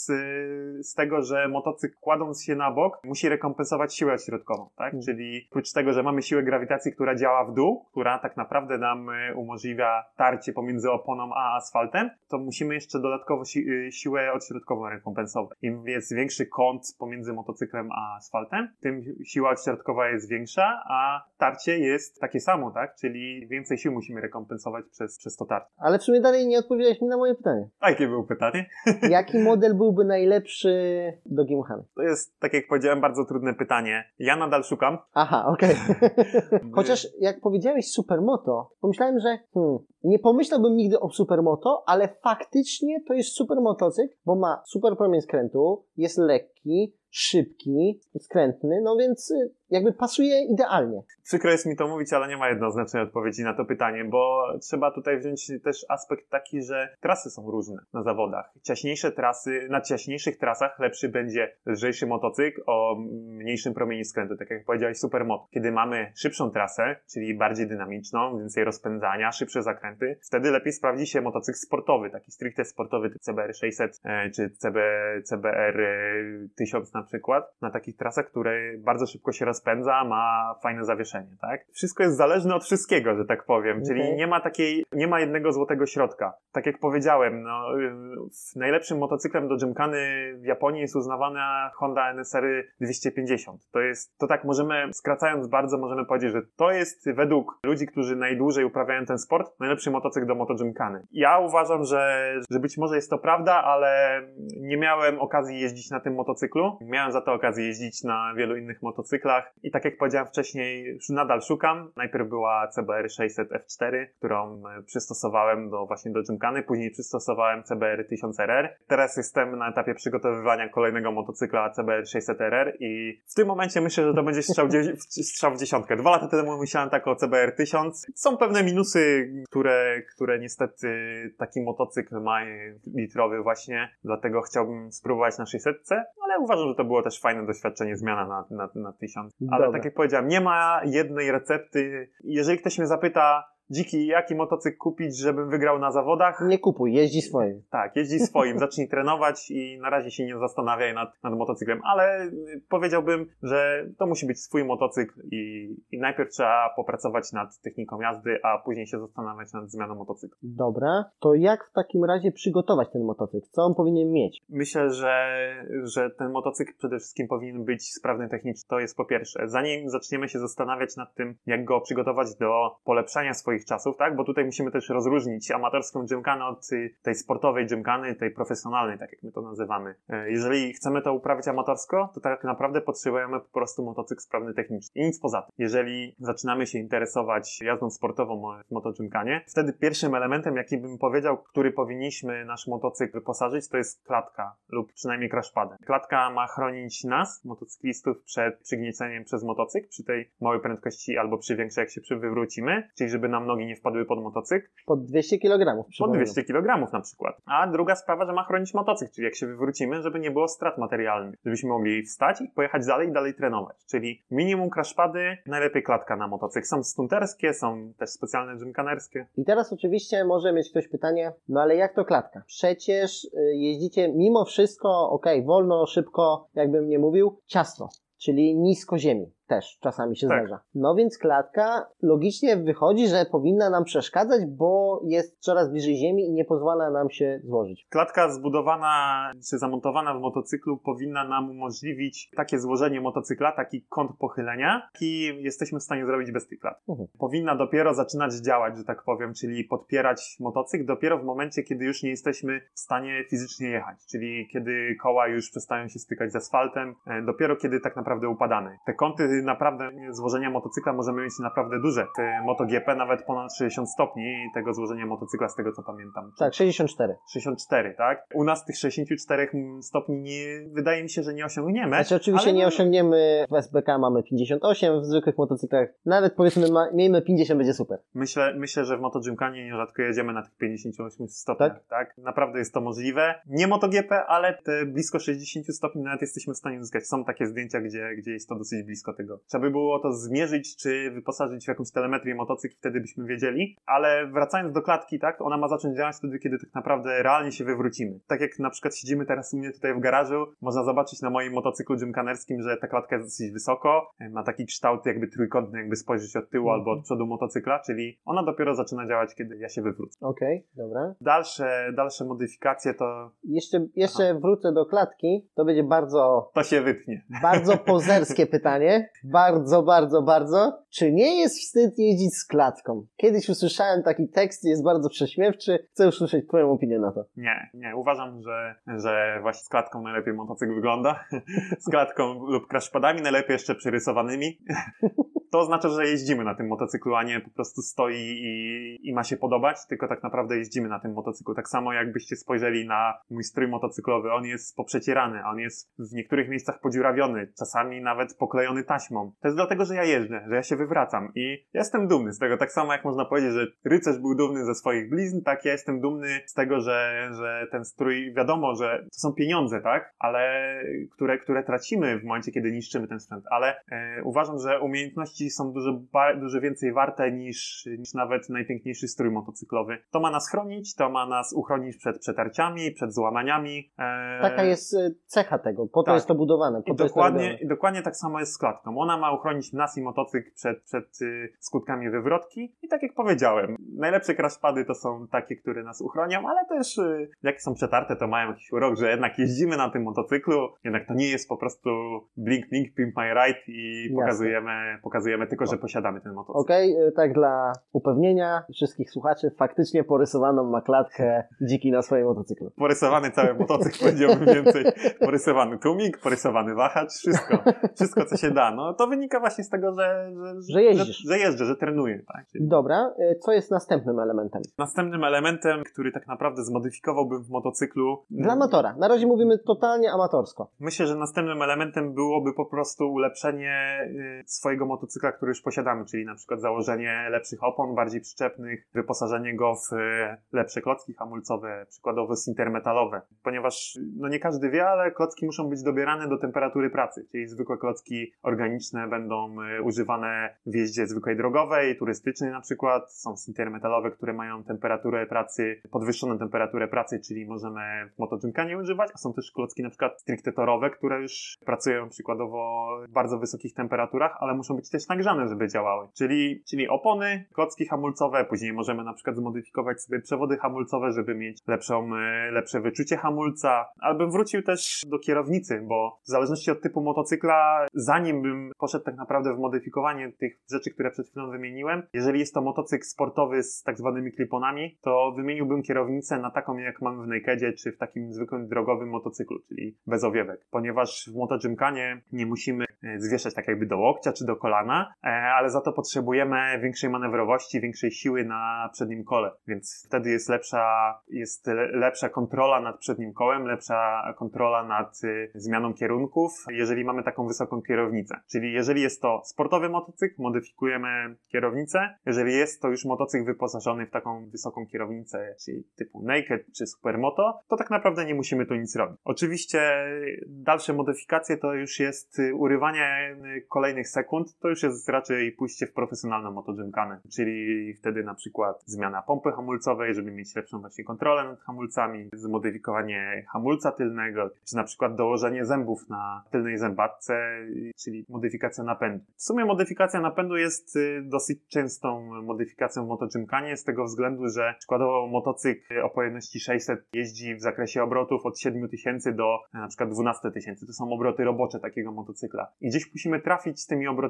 z tego, że motocykl kładąc się na bok musi rekompensować siłę odśrodkową, tak? Hmm. Czyli oprócz tego, że mamy siłę grawitacji, która działa w dół, która tak naprawdę nam umożliwia tarcie pomiędzy oponą a asfaltem, to musimy jeszcze dodatkowo si- siłę odśrodkową rekompensować. Im jest większy kąt pomiędzy motocyklem a asfaltem, tym siła odśrodkowa jest większa, a tarcie jest takie samo, tak? Czyli więcej sił musimy rekompensować przez, przez to tarcie. Ale w sumie dalej nie odpowiedziałeś mi na moje pytanie. A jakie było pytanie? Jaki model byłby najlepszy do Gimkhany? To jest, tak jak powiedziałem, bardzo trudne pytanie. Ja nadal szukam. Aha, okej. Okay. Chociaż jak powiedziałeś supermoto, pomyślałem, że hmm, nie pomyślałbym nigdy o supermoto, ale faktycznie to jest super motocykl, bo ma super promień skrętu, jest lekki, szybki, skrętny, no więc jakby pasuje idealnie. Przykro jest mi to mówić, ale nie ma jednoznacznej odpowiedzi na to pytanie, bo trzeba tutaj wziąć też aspekt taki, że trasy są różne na zawodach. Ciaśniejsze trasy, na ciaśniejszych trasach lepszy będzie lżejszy motocykl o mniejszym promieniu skrętu, tak jak powiedziałeś supermoto. Kiedy mamy szybszą trasę, czyli bardziej dynamiczną, więcej rozpędzania, szybsze zakręty, wtedy lepiej sprawdzi się motocykl sportowy, taki stricte sportowy, C B R sześćset czy C B R tysiąc na przykład, na takich trasach, które bardzo szybko się rozpędza, ma fajne zawieszenie, tak? Wszystko jest zależne od wszystkiego, że tak powiem, okay. Czyli nie ma takiej, nie ma jednego złotego środka. Tak jak powiedziałem, no, najlepszym motocyklem do Gymkhany w Japonii jest uznawana Honda N S R dwieście pięćdziesiąt. To jest, to tak możemy, skracając bardzo, możemy powiedzieć, że to jest według ludzi, którzy najdłużej uprawiają ten sport, najlepszy motocykl do Moto Gymkhany. Ja uważam, że, że być może jest to prawda, ale nie miałem okazji jeździć na tym motocyklu. Miałem za to okazję jeździć na wielu innych motocyklach i tak jak powiedziałem wcześniej, nadal szukam. Najpierw była C B R sześćset F cztery, którą przystosowałem do właśnie do Gymkhany, później przystosowałem C B R tysiąc R R. Teraz jestem na etapie przygotowywania kolejnego motocykla C B R sześćset R R i w tym momencie myślę, że to będzie strzał, strzał w dziesiątkę. Dwa lata temu myślałem tak o C B R tysiąc. Są pewne minusy, które, które niestety taki motocykl ma litrowy właśnie, dlatego chciałbym spróbować na sześćsetce, ale uważam, że to było też fajne doświadczenie, zmiana na, na, na tysiąc. Ale Dobra. Tak jak powiedziałem, nie ma jednej recepty. Jeżeli ktoś mnie zapyta, Dziki, jaki motocykl kupić, żebym wygrał na zawodach? Nie kupuj, jeździ swoim. Tak, jeździ swoim, zacznij trenować i na razie się nie zastanawiaj nad, nad motocyklem, ale powiedziałbym, że to musi być swój motocykl i, i najpierw trzeba popracować nad techniką jazdy, a później się zastanawiać nad zmianą motocykla. Dobra, to jak w takim razie przygotować ten motocykl? Co on powinien mieć? Myślę, że, że ten motocykl przede wszystkim powinien być sprawny technicznie. To jest po pierwsze. Zanim zaczniemy się zastanawiać nad tym, jak go przygotować do polepszania swoich czasów, tak? Bo tutaj musimy też rozróżnić amatorską gymkhanę od tej sportowej gymkhany, tej profesjonalnej, tak jak my to nazywamy. Jeżeli chcemy to uprawiać amatorsko, to tak naprawdę potrzebujemy po prostu motocykl sprawny technicznie i nic poza tym. Jeżeli zaczynamy się interesować jazdą sportową w motogymkhanie, wtedy pierwszym elementem, jaki bym powiedział, który powinniśmy nasz motocykl wyposażyć, to jest klatka lub przynajmniej crashpadem. Klatka ma chronić nas, motocyklistów, przed przygnieceniem przez motocykl przy tej małej prędkości albo przy większej, jak się przy wywrócimy, czyli żeby nam nogi nie wpadły pod motocykl. Pod dwieście kilogramów. Pod dwieście kilogramów na przykład. A druga sprawa, że ma chronić motocykl, czyli jak się wywrócimy, żeby nie było strat materialnych. Żebyśmy mogli wstać i pojechać dalej i dalej trenować. Czyli minimum crashpady, najlepiej klatka na motocykl. Są stunterskie, są też specjalne gymkhanerskie. I teraz oczywiście może mieć ktoś pytanie, no ale jak to klatka? Przecież y, jeździcie mimo wszystko, okej, okay, wolno, szybko, jakbym nie mówił, ciasno, czyli nisko ziemi. Też czasami się tak zdarza. No więc klatka logicznie wychodzi, że powinna nam przeszkadzać, bo jest coraz bliżej ziemi i nie pozwala nam się złożyć. Klatka zbudowana czy zamontowana w motocyklu powinna nam umożliwić takie złożenie motocykla, taki kąt pochylenia, jaki jesteśmy w stanie zrobić bez tej klatki. Uh-huh. Powinna dopiero zaczynać działać, że tak powiem, czyli podpierać motocykl dopiero w momencie, kiedy już nie jesteśmy w stanie fizycznie jechać, czyli kiedy koła już przestają się stykać z asfaltem, dopiero kiedy tak naprawdę upadamy. Te kąty naprawdę złożenia motocykla możemy mieć naprawdę duże. W MotoGP nawet ponad sześćdziesiąt stopni tego złożenia motocykla, z tego co pamiętam. Tak, sześćdziesiąt cztery. sześćdziesiąt cztery, tak? U nas tych sześćdziesiąt cztery stopni nie, wydaje mi się, że nie osiągniemy. Znaczy oczywiście ale... nie osiągniemy, w S B K mamy pięćdziesiąt osiem, w zwykłych motocyklach nawet powiedzmy ma, miejmy pięćdziesiąt, będzie super. Myślę, myślę, że w MotoGymkhanie nierzadko jedziemy na tych pięćdziesięciu ośmiu stopniach, tak? tak? Naprawdę jest to możliwe. Nie MotoGP, ale te blisko sześćdziesiąt stopni nawet jesteśmy w stanie uzyskać. Są takie zdjęcia, gdzie, gdzie jest to dosyć blisko tego. Trzeba by było to zmierzyć, czy wyposażyć w jakąś telemetrię motocykl, wtedy byśmy wiedzieli. Ale wracając do klatki, tak? Ona ma zacząć działać wtedy, kiedy tak naprawdę realnie się wywrócimy. Tak jak na przykład siedzimy teraz u mnie tutaj w garażu, można zobaczyć na moim motocyklu gymkanerskim, że ta klatka jest dosyć wysoko. Ma taki kształt jakby trójkątny, jakby spojrzeć od tyłu mm. albo od przodu motocykla, czyli ona dopiero zaczyna działać, kiedy ja się wywrócę. Okej, okay, dobra. Dalsze, dalsze modyfikacje to... Jeszcze, jeszcze wrócę do klatki, to będzie bardzo... To się wytnie. Bardzo pozerskie pytanie. Bardzo, bardzo, bardzo. Czy nie jest wstyd jeździć z klatką? Kiedyś usłyszałem taki tekst, jest bardzo prześmiewczy. Chcę usłyszeć twoją opinię na to. Nie, nie. Uważam, że, że właśnie z klatką najlepiej motocykl wygląda. Z klatką lub crashpadami, najlepiej jeszcze przyrysowanymi. To oznacza, że jeździmy na tym motocyklu, a nie po prostu stoi i, i ma się podobać, tylko tak naprawdę jeździmy na tym motocyklu. Tak samo jakbyście spojrzeli na mój strój motocyklowy, on jest poprzecierany, on jest w niektórych miejscach podziurawiony, czasami nawet poklejony taśmą. To jest dlatego, że ja jeżdżę, że ja się wywracam i ja jestem dumny z tego. Tak samo jak można powiedzieć, że rycerz był dumny ze swoich blizn, tak ja jestem dumny z tego, że, że ten strój, wiadomo, że to są pieniądze, tak, ale które, które tracimy w momencie, kiedy niszczymy ten sprzęt, ale e, uważam, że umiejętności są dużo, dużo więcej warte niż, niż nawet najpiękniejszy strój motocyklowy. To ma nas chronić, to ma nas uchronić przed przetarciami, przed złamaniami. Eee... Taka jest cecha tego, po to tak. jest to budowane. Po I, to dokładnie, jest to I dokładnie tak samo jest z klatką. Ona ma uchronić nas i motocykl przed, przed y, skutkami wywrotki i tak jak powiedziałem, najlepsze crashpady to są takie, które nas uchronią, ale też y, jak są przetarte, to mają jakiś urok, że jednak jeździmy na tym motocyklu, jednak to nie jest po prostu blink, blink, pimp my ride i pokazujemy, pokazujemy tylko, że posiadamy ten motocykl. Okej, okay, tak dla upewnienia wszystkich słuchaczy, faktycznie porysowaną ma klatkę dziki na swoim motocyklu. Porysowany cały motocykl, powiedziałbym więcej. Porysowany tłumik, porysowany wahacz, wszystko. Wszystko, co się da. No to wynika właśnie z tego, że, że, że jeździsz. Że, że jeżdżę, że trenuję. Tak? Czyli... Dobra, co jest następnym elementem? Następnym elementem, który tak naprawdę zmodyfikowałbym w motocyklu... Dla amatora. Na razie mówimy totalnie amatorsko. Myślę, że następnym elementem byłoby po prostu ulepszenie swojego motocykla, który już posiadamy, czyli na przykład założenie lepszych opon, bardziej przyczepnych, wyposażenie go w lepsze klocki hamulcowe, przykładowo sintermetalowe, ponieważ no nie każdy wie, ale klocki muszą być dobierane do temperatury pracy, czyli zwykłe klocki organiczne będą używane w jeździe zwykłej drogowej, turystycznej na przykład, są sintermetalowe, które mają temperaturę pracy, podwyższoną temperaturę pracy, czyli możemy w MotoGymkhanie używać, a są też klocki na przykład stricte torowe, które już pracują przykładowo w bardzo wysokich temperaturach, ale muszą być też nagrzane, żeby działały. Czyli, czyli opony, klocki hamulcowe, później możemy na przykład zmodyfikować sobie przewody hamulcowe, żeby mieć lepszą, lepsze wyczucie hamulca, ale bym wrócił też do kierownicy, bo w zależności od typu motocykla, zanim bym poszedł tak naprawdę w modyfikowanie tych rzeczy, które przed chwilą wymieniłem, jeżeli jest to motocykl sportowy z tak zwanymi cliponami, to wymieniłbym kierownicę na taką, jak mamy w Nakedzie, czy w takim zwykłym drogowym motocyklu, czyli bez owiewek, ponieważ w MotoGymkhanie nie musimy zwieszać tak jakby do łokcia, czy do kolana, ale za to potrzebujemy większej manewrowości, większej siły na przednim kole, więc wtedy jest lepsza, jest lepsza kontrola nad przednim kołem, lepsza kontrola nad y, zmianą kierunków, jeżeli mamy taką wysoką kierownicę. Czyli jeżeli jest to sportowy motocykl, modyfikujemy kierownicę, jeżeli jest to już motocykl wyposażony w taką wysoką kierownicę, czyli typu Naked czy Supermoto, to tak naprawdę nie musimy tu nic robić. Oczywiście dalsze modyfikacje to już jest urywanie kolejnych sekund, to już jest raczej pójście w profesjonalną MotoGymkhanę, czyli wtedy na przykład zmiana pompy hamulcowej, żeby mieć lepszą właśnie kontrolę nad hamulcami, zmodyfikowanie hamulca tylnego, czy na przykład dołożenie zębów na tylnej zębatce, czyli modyfikacja napędu. W sumie modyfikacja napędu jest dosyć częstą modyfikacją w MotoGymkhanie z tego względu, że przykładowo motocykl o pojemności sześćset jeździ w zakresie obrotów od siedmiu tysięcy do na przykład dwunastu tysięcy. To są obroty robocze takiego motocykla. I gdzieś musimy trafić z tymi obrotami, żeby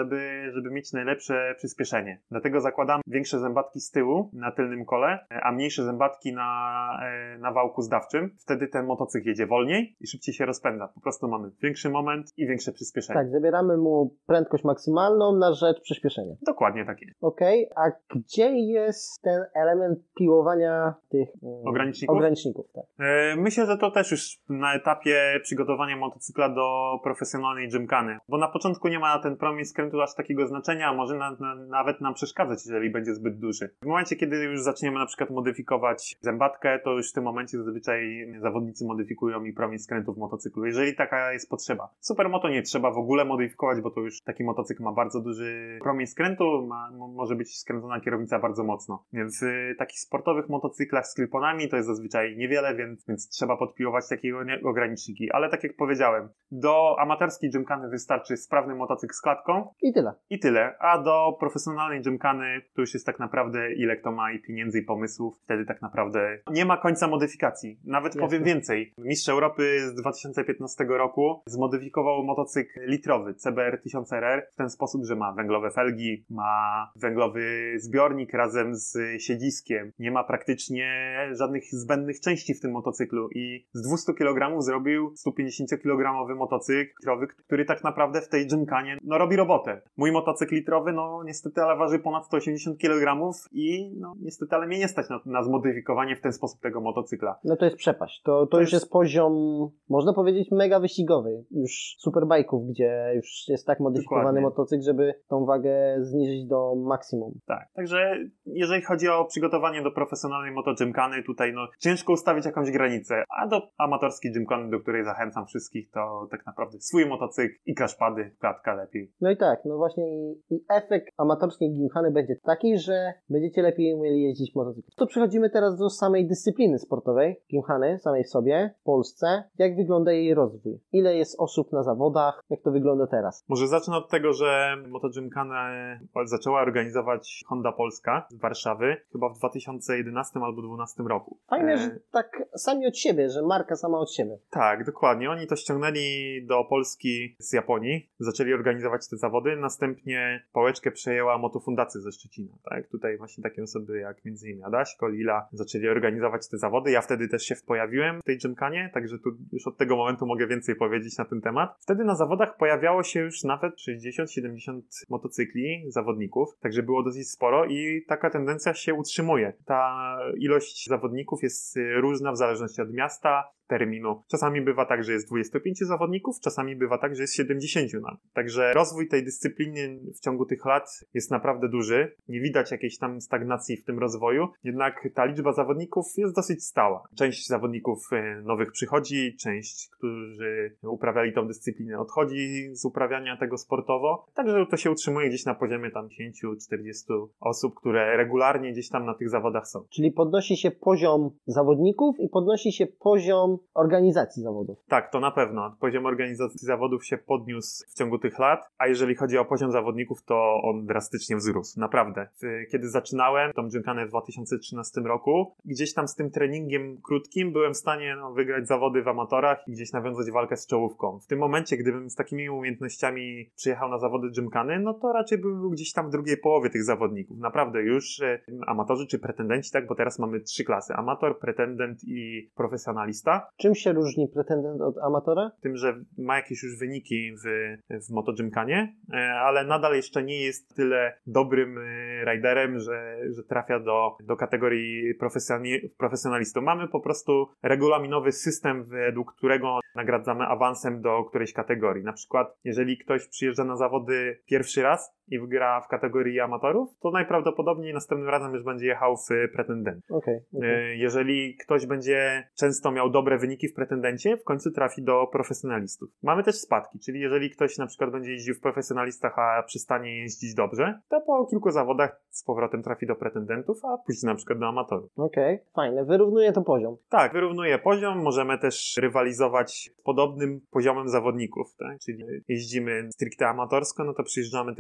żeby, żeby mieć najlepsze przyspieszenie. Dlatego zakładamy większe zębatki z tyłu na tylnym kole, a mniejsze zębatki na, na wałku zdawczym. Wtedy ten motocykl jedzie wolniej i szybciej się rozpędza. Po prostu mamy większy moment i większe przyspieszenie. Tak, zabieramy mu prędkość maksymalną na rzecz przyspieszenia. Dokładnie tak jest. Okej, okay. A gdzie jest ten element piłowania tych um, ograniczników? ograniczników tak. Yy, myślę, że to też już na etapie przygotowania motocykla do profesjonalnej gymkany, bo na początku nie ma ten promień skrętu aż takiego znaczenia, a może na, na, nawet nam przeszkadzać, jeżeli będzie zbyt duży. W momencie, kiedy już zaczniemy na przykład modyfikować zębatkę, to już w tym momencie zazwyczaj zawodnicy modyfikują i promień skrętu w motocyklu, jeżeli taka jest potrzeba. Supermoto nie trzeba w ogóle modyfikować, bo to już taki motocykl ma bardzo duży promień skrętu, ma, może być skręcona kierownica bardzo mocno. Więc w takich sportowych motocyklach z kliponami to jest zazwyczaj niewiele, więc, więc trzeba podpiłować takie ograniczniki. Ale tak jak powiedziałem, do amatorskiej gymkany wystarczy sprawny motocykl z klatką. I tyle. I tyle. A do profesjonalnej gymkany to już jest tak naprawdę ile kto ma i pieniędzy i pomysłów. Wtedy tak naprawdę nie ma końca modyfikacji. Nawet Jasne. Powiem więcej. Mistrz Europy z dwa tysiące piętnastego roku zmodyfikował motocykl litrowy C B R tysiąc R R w ten sposób, że ma węglowe felgi, ma węglowy zbiornik razem z siedziskiem. Nie ma praktycznie żadnych zbędnych części w tym motocyklu i z dwieście kilogramów zrobił stupięćdziesięciokilogramowy motocykl litrowy, który tak naprawdę w tej gymkanie no robi robotę. Mój motocykl litrowy no niestety ale waży ponad sto osiemdziesiąt kilogramów i no niestety ale mnie nie stać na, na zmodyfikowanie w ten sposób tego motocykla. No to jest przepaść. To, to, to już jest... jest poziom, można powiedzieć, mega wyścigowy. Już superbajków, gdzie już jest tak modyfikowany Dokładnie. Motocykl, żeby tą wagę zniżyć do maksimum. Tak. Także jeżeli chodzi o przygotowanie do profesjonalnej motogymkany, tutaj no ciężko ustawić jakąś granicę, a do amatorskiej gymkany, do której zachęcam wszystkich, to tak naprawdę swój motocykl i crashpady, klatka lepiej. No i tak, no właśnie i, i efekt amatorskiej gymkany będzie taki, że będziecie lepiej umieli jeździć motocyklem. To przechodzimy teraz do samej dyscypliny sportowej, gymkany samej w sobie, w Polsce. Jak wygląda jej rozwój? Ile jest osób na zawodach? Jak to wygląda teraz? Może zacznę od tego, że motogymkanę zaczęła organizować Honda Polska z Warszawy chyba w dwa tysiące jedenastym albo dwa tysiące dwunastym roku. Fajne, e... że tak sami od siebie, że marka sama od siebie. Tak, dokładnie. Oni to ściągnęli do Polski z Japonii, zaczęli organizować te zawody, następnie pałeczkę przejęła Motofundacja ze Szczecina. Tak? Tutaj właśnie takie osoby jak między innymi Adaśko, Lila zaczęli organizować te zawody. Ja wtedy też się pojawiłem w tej gymkanie, także tu już od tego momentu mogę więcej powiedzieć na ten temat. Wtedy na zawodach pojawiało się już nawet sześćdziesiąt siedemdziesiąt motocykli, zawodników, także było dosyć sporo i taka tendencja się utrzymuje. Ta ilość zawodników jest różna w zależności od miasta, terminu. Czasami bywa tak, że jest dwudziestu pięciu zawodników, czasami bywa tak, że jest siedemdziesięciu. No. Także rozwój tej dyscypliny w ciągu tych lat jest naprawdę duży. Nie widać jakiejś tam stagnacji w tym rozwoju, jednak ta liczba zawodników jest dosyć stała. Część zawodników nowych przychodzi, część, którzy uprawiali tą dyscyplinę, odchodzi z uprawiania tego sportowo. Także to się utrzymuje gdzieś na poziomie tam pięćdziesięciu czterdziestu osób, które regularnie gdzieś tam na tych zawodach są. Czyli podnosi się poziom zawodników i podnosi się poziom organizacji zawodów. Tak, to na pewno. Poziom organizacji zawodów się podniósł w ciągu tych lat, a jeżeli chodzi o poziom zawodników, to on drastycznie wzrósł. Naprawdę. Kiedy zaczynałem tą gymkanę w dwa tysiące trzynastym roku, gdzieś tam z tym treningiem krótkim byłem w stanie no, wygrać zawody w amatorach i gdzieś nawiązać walkę z czołówką. W tym momencie, gdybym z takimi umiejętnościami przyjechał na zawody gymkany, no to raczej bym był gdzieś tam w drugiej połowie tych zawodników. Naprawdę już e, amatorzy czy pretendenci, tak? Bo teraz mamy trzy klasy. Amator, pretendent i profesjonalista. Czym się różni pretendent od amatora? Tym, że ma jakieś już wyniki w, w MotoGymkanie, ale nadal jeszcze nie jest tyle dobrym riderem, że, że trafia do, do kategorii profesjonalistów. Mamy po prostu regulaminowy system, według którego nagradzamy awansem do którejś kategorii. Na przykład, jeżeli ktoś przyjeżdża na zawody pierwszy raz i wygra w kategorii amatorów, to najprawdopodobniej następnym razem już będzie jechał w pretendent. Okay, okay. Jeżeli ktoś będzie często miał dobre wyniki w pretendencie, w końcu trafi do profesjonalistów. Mamy też spadki, czyli jeżeli ktoś na przykład będzie jeździł w profesjonalistach, a przestanie jeździć dobrze, to po kilku zawodach z powrotem trafi do pretendentów, a później na przykład do amatorów. Okej, okay, fajne. Wyrównuje to poziom. Tak, wyrównuje poziom. Możemy też rywalizować z podobnym poziomem zawodników, tak? Czyli jeździmy stricte amatorsko, no to przyjeżdżamy tylko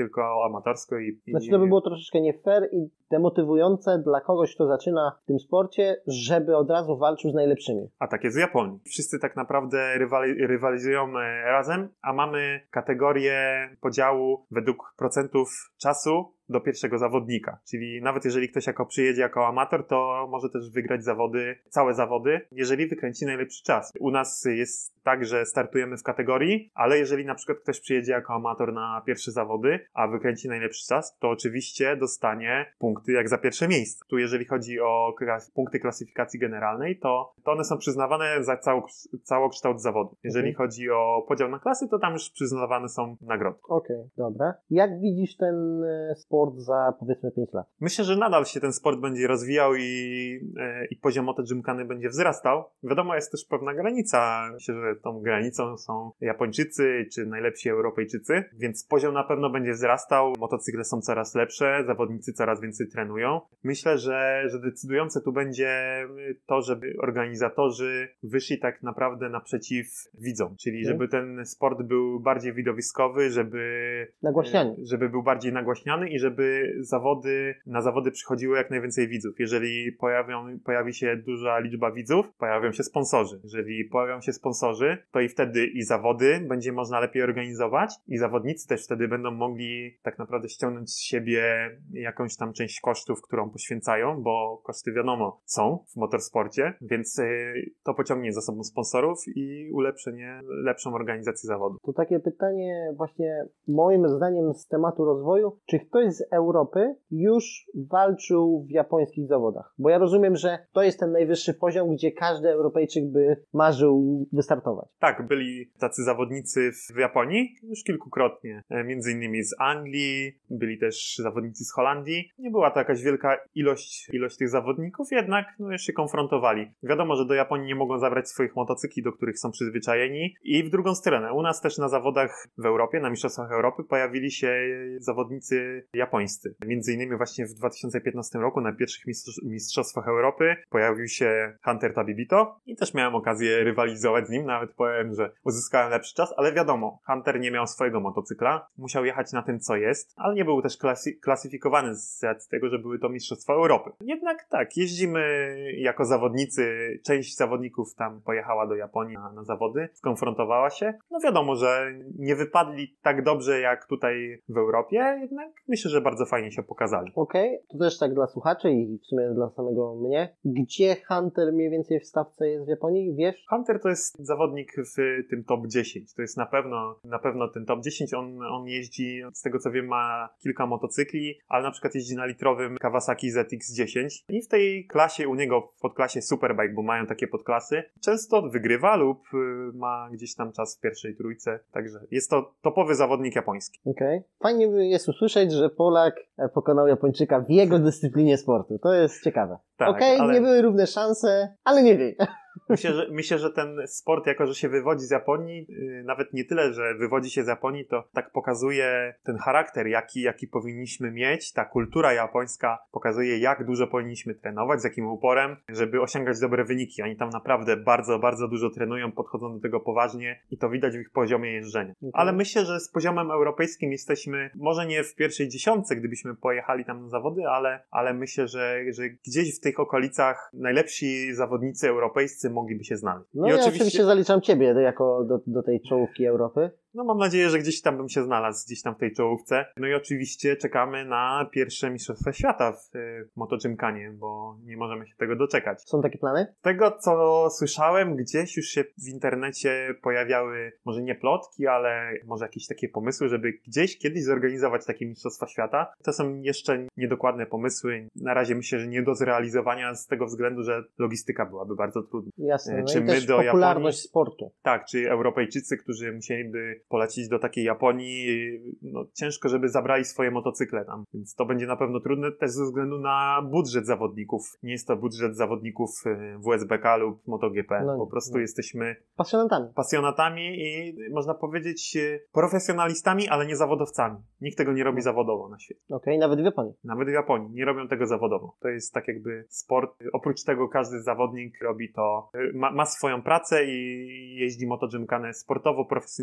trwało amatorsko i... i... Znaczy to by było troszeczkę nie fair i demotywujące dla kogoś, kto zaczyna w tym sporcie, żeby od razu walczył z najlepszymi. A tak jest w Japonii. Wszyscy tak naprawdę rywali- rywalizują razem, a mamy kategorię podziału według procentów czasu do pierwszego zawodnika. Czyli nawet jeżeli ktoś jako przyjedzie jako amator, to może też wygrać zawody, całe zawody, jeżeli wykręci najlepszy czas. U nas jest tak, że startujemy w kategorii, ale jeżeli na przykład ktoś przyjedzie jako amator na pierwsze zawody, a wykręci najlepszy czas, to oczywiście dostanie punkty jak za pierwsze miejsce. Tu jeżeli chodzi o klas- punkty klasyfikacji generalnej, to, to one są przyznawane za cało, całokształt zawodu. Jeżeli Mhm. chodzi o podział na klasy, to tam już przyznawane są nagrody. Okej, okay, dobra. Jak widzisz ten e, sport za powiedzmy pięć lat? Myślę, że nadal się ten sport będzie rozwijał i, e, i poziom motogymkany będzie wzrastał. Wiadomo, jest też pewna granica. Myślę, że tą granicą są Japończycy czy najlepsi Europejczycy, więc poziom na pewno będzie wzrastał. Motocykle są coraz lepsze, zawodnicy coraz więcej trenują. Myślę, że, że decydujące tu będzie to, żeby organizatorzy wyszli tak naprawdę naprzeciw widzom, czyli żeby ten sport był bardziej widowiskowy, żeby Nagłaśniany. żeby był bardziej nagłaśniany i żeby zawody, na zawody przychodziło jak najwięcej widzów. Jeżeli pojawią, pojawi się duża liczba widzów, pojawią się sponsorzy. Jeżeli pojawią się sponsorzy, to i wtedy i zawody będzie można lepiej organizować i zawodnicy też wtedy będą mogli tak naprawdę ściągnąć z siebie jakąś tam część kosztów, którą poświęcają, bo koszty wiadomo są w motorsporcie, więc y, to pociągnie za sobą sponsorów i ulepszenie, lepszą organizację zawodu. To takie pytanie właśnie moim zdaniem z tematu rozwoju, czy ktoś z Europy już walczył w japońskich zawodach? Bo ja rozumiem, że to jest ten najwyższy poziom, gdzie każdy Europejczyk by marzył wystartować. Tak, byli tacy zawodnicy w Japonii już kilkukrotnie, między innymi z Anglii, byli też zawodnicy z Holandii. Nie była to jakaś wielka ilość, ilość tych zawodników, jednak no, już się konfrontowali. Wiadomo, że do Japonii nie mogą zabrać swoich motocykli, do których są przyzwyczajeni i w drugą stronę. U nas też na zawodach w Europie, na Mistrzostwach Europy pojawili się zawodnicy japońscy. Między innymi właśnie w dwa tysiące piętnastym roku na pierwszych Mistrzostwach Europy pojawił się Hunter Tabibito i też miałem okazję rywalizować z nim, nawet powiem, że uzyskałem lepszy czas, ale wiadomo, Hunter nie miał swojego motocykla, musiał jechać na tym, co jest, ale nie był też klasy- klasyfikowany z racji tego, że były to Mistrzostwa Europy. Jednak tak, jeździmy jako zawodnicy, część zawodników tam pojechała do Japonii na, na zawody, skonfrontowała się. No wiadomo, że nie wypadli tak dobrze jak tutaj w Europie, jednak myślę, że bardzo fajnie się pokazali. Okej, okay. To też tak dla słuchaczy i w sumie dla samego mnie. Gdzie Hunter mniej więcej w stawce jest w Japonii, wiesz? Hunter to jest zawodnik w tym top dziesięć. To jest na pewno, na pewno ten top dziesięć. On, on jeździ, z tego co wiem, ma kilka motocykli, ale na przykład jeździ na litrowym Kawasaki Z X dziesięć. I w tej klasie, u niego w podklasie Superbike, bo mają takie podklasy, często wygrywa lub ma gdzieś tam czas w pierwszej trójce. Także jest to topowy zawodnik japoński. Okej. Okay. Fajnie jest usłyszeć, że Polak pokonał Japończyka w jego dyscyplinie sportu. To jest ciekawe. Tak, Okej, okay, ale... nie były równe szanse, ale nie wiem. Myślę że, myślę, że ten sport, jako że się wywodzi z Japonii, yy, nawet nie tyle, że wywodzi się z Japonii, to tak pokazuje ten charakter, jaki, jaki powinniśmy mieć. Ta kultura japońska pokazuje, jak dużo powinniśmy trenować, z jakim uporem, żeby osiągać dobre wyniki. Oni tam naprawdę bardzo, bardzo dużo trenują, podchodzą do tego poważnie i to widać w ich poziomie jeżdżenia. Okay. Ale myślę, że z poziomem europejskim jesteśmy, może nie w pierwszej dziesiątce, gdybyśmy pojechali tam na zawody, ale, ale myślę, że, że gdzieś w tych okolicach najlepsi zawodnicy europejscy mogliby się znaleźć. No I ja oczywiście... oczywiście zaliczam ciebie jako do, do tej czołówki Europy. No mam nadzieję, że gdzieś tam bym się znalazł, gdzieś tam w tej czołówce. No i oczywiście czekamy na pierwsze Mistrzostwa Świata w y, motogymkanie, bo nie możemy się tego doczekać. Są takie plany? Z tego, co słyszałem, gdzieś już się w internecie pojawiały, może nie plotki, ale może jakieś takie pomysły, żeby gdzieś kiedyś zorganizować takie Mistrzostwa Świata. To są jeszcze niedokładne pomysły. Na razie myślę, że nie do zrealizowania z tego względu, że logistyka byłaby bardzo trudna. Jasne, no czy i my też do popularność Japonii... sportu. Tak, czy Europejczycy, którzy musieliby polecić do takiej Japonii, no ciężko, żeby zabrali swoje motocykle tam, więc to będzie na pewno trudne też ze względu na budżet zawodników. Nie jest to budżet zawodników W S B K lub MotoGP, no, po prostu no. jesteśmy pasjonatami. pasjonatami i można powiedzieć profesjonalistami, ale nie zawodowcami. Nikt tego nie robi no. zawodowo na świecie. Okej, okay, nawet w Japonii. Nawet w Japonii. Nie robią tego zawodowo. To jest tak jakby sport. Oprócz tego każdy zawodnik robi to, ma, ma swoją pracę i jeździ motogymkanę sportowo, profesjonalnie, ale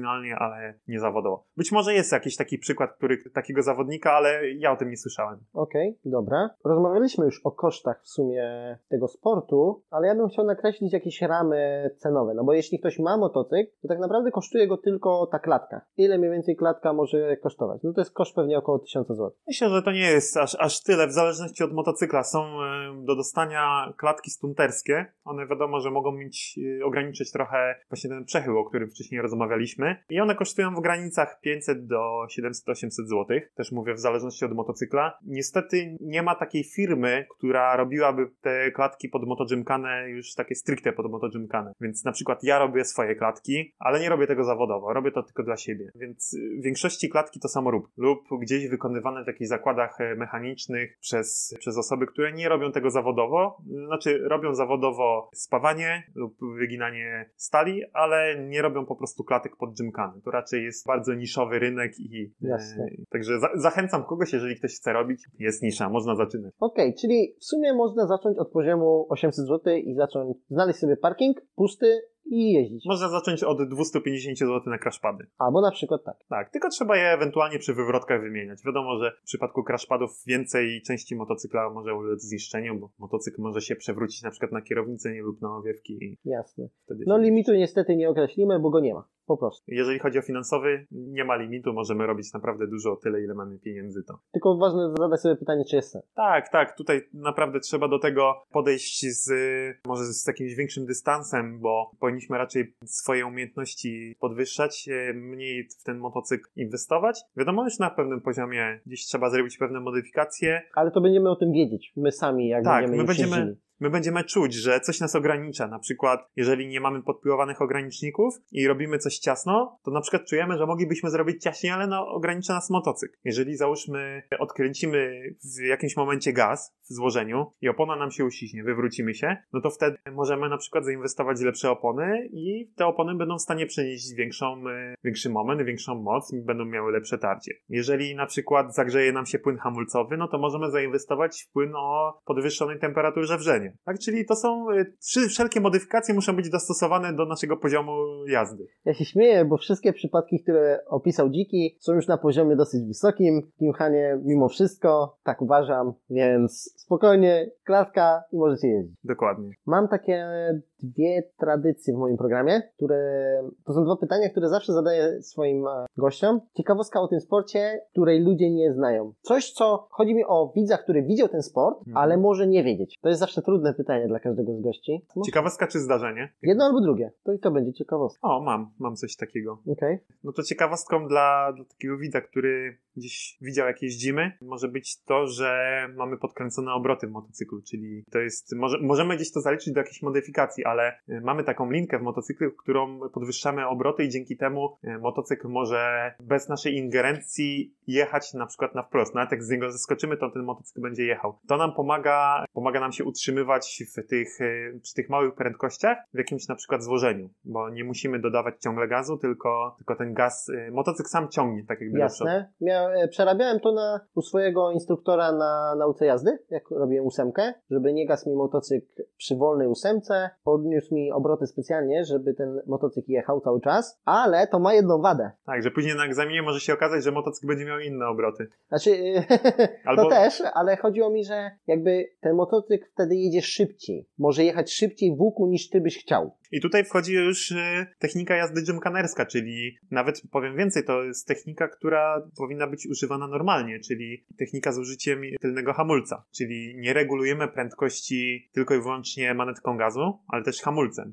ale nie zawodowo. Być może jest jakiś taki przykład który, takiego zawodnika, ale ja o tym nie słyszałem. Okej, okay, dobra. Rozmawialiśmy już o kosztach w sumie tego sportu, ale ja bym chciał nakreślić jakieś ramy cenowe, no bo jeśli ktoś ma motocykl, to tak naprawdę kosztuje go tylko ta klatka. Ile mniej więcej klatka może kosztować? No to jest koszt pewnie około tysiąc złotych. Myślę, że to nie jest aż, aż tyle, w zależności od motocykla. Są do dostania klatki stunterskie. One wiadomo, że mogą mieć, ograniczyć trochę właśnie ten przechył, o którym wcześniej rozmawialiśmy. I one kosztują w granicach pięćset do siedemset osiemset złotych. Też mówię w zależności od motocykla. Niestety nie ma takiej firmy, która robiłaby te klatki pod motogymkanę już takie stricte pod motogymkanę. Więc na przykład ja robię swoje klatki, ale nie robię tego zawodowo. Robię to tylko dla siebie. Więc w większości klatki to samorób lub gdzieś wykonywane w jakichś zakładach mechanicznych przez, przez osoby, które nie robią tego zawodowo. Znaczy robią zawodowo spawanie lub wyginanie stali, ale nie robią po prostu klatek pod gymkany. To raczej jest bardzo niszowy rynek i Jasne. E, także za, zachęcam kogoś, jeżeli ktoś chce robić. Jest nisza, można zaczynać. Okej, okay, czyli w sumie można zacząć od poziomu osiemset złotych i zacząć znaleźć sobie parking pusty i jeździć. Można zacząć od dwieście pięćdziesiąt złotych na crashpady. Albo na przykład tak. Tak, tylko trzeba je ewentualnie przy wywrotkach wymieniać. Wiadomo, że w przypadku crashpadów więcej części motocykla może ulec zniszczeniu, bo motocykl może się przewrócić na przykład na kierownicę nie lub na owiewki. Jasne. Wtedy no się... limitu niestety nie określimy, bo go nie ma. Po prostu. Jeżeli chodzi o finansowy, nie ma limitu, możemy robić naprawdę dużo, tyle ile mamy pieniędzy. To. Tylko ważne zadać sobie pytanie, czy jest sens. Tak, tak, tutaj naprawdę trzeba do tego podejść z, może z jakimś większym dystansem, bo powinniśmy raczej swoje umiejętności podwyższać, mniej w ten motocykl inwestować. Wiadomo, już na pewnym poziomie gdzieś trzeba zrobić pewne modyfikacje. Ale to będziemy o tym wiedzieć, my sami, jak tak, będziemy my będziemy. jeździli. My będziemy czuć, że coś nas ogranicza. Na przykład, jeżeli nie mamy podpiłowanych ograniczników i robimy coś ciasno, to na przykład czujemy, że moglibyśmy zrobić ciaśniej, ale no, ogranicza nas motocykl. Jeżeli załóżmy, odkręcimy w jakimś momencie gaz w złożeniu i opona nam się uściśnie, wywrócimy się, no to wtedy możemy na przykład zainwestować w lepsze opony i te opony będą w stanie przenieść większą, większy moment, większą moc i będą miały lepsze tarcie. Jeżeli na przykład zagrzeje nam się płyn hamulcowy, no to możemy zainwestować w płyn o podwyższonej temperaturze wrzenia. Tak, czyli to są, wszelkie modyfikacje muszą być dostosowane do naszego poziomu jazdy. Ja się śmieję, bo wszystkie przypadki, które opisał Dziki, są już na poziomie dosyć wysokim. W Gimkhanie mimo wszystko, tak uważam, więc spokojnie, klatka i możecie jeździć. Dokładnie. Mam takie dwie tradycje w moim programie, które to są dwa pytania, które zawsze zadaję swoim gościom. Ciekawostka o tym sporcie, której ludzie nie znają. Coś, co chodzi mi o widza, który widział ten sport, hmm. ale może nie wiedzieć. To jest zawsze trudne pytanie dla każdego z gości. Ciekawostka czy zdarzenie? Jedno albo drugie. To i to będzie ciekawostka. O, mam. Mam coś takiego. Okej. Okay. No to ciekawostką dla, dla takiego widza, który gdzieś widział, jak jeździmy, może być to, że mamy podkręcone obroty w motocyklu, czyli to jest, może, możemy gdzieś to zaliczyć do jakiejś modyfikacji, ale mamy taką linkę w motocyklu, którą podwyższamy obroty i dzięki temu motocykl może bez naszej ingerencji jechać na przykład na wprost. Nawet jak z niego zeskoczymy, to ten motocykl będzie jechał. To nam pomaga, pomaga nam się utrzymywać w tych, przy tych małych prędkościach w jakimś na przykład złożeniu, bo nie musimy dodawać ciągle gazu, tylko, tylko ten gaz, motocykl sam ciągnie, tak jakby Jasne. Miał, przerabiałem to na, u swojego instruktora na nauce jazdy, jak robiłem ósemkę, żeby nie gasł mi motocykl przy wolnej ósemce, podniósł mi obroty specjalnie, żeby ten motocykl jechał cały czas, ale to ma jedną wadę. Tak, że później na egzaminie może się okazać, że motocykl będzie miał inne obroty. Znaczy, Albo... to też, ale chodziło mi, że jakby ten motocykl wtedy jedzie szybciej. Może jechać szybciej w łuku niż ty byś chciał. I tutaj wchodzi już technika jazdy gymkanerska, czyli nawet powiem więcej, to jest technika, która powinna być używana normalnie, czyli technika z użyciem tylnego hamulca, czyli nie regulujemy prędkości tylko i wyłącznie manetką gazu, ale też hamulcem.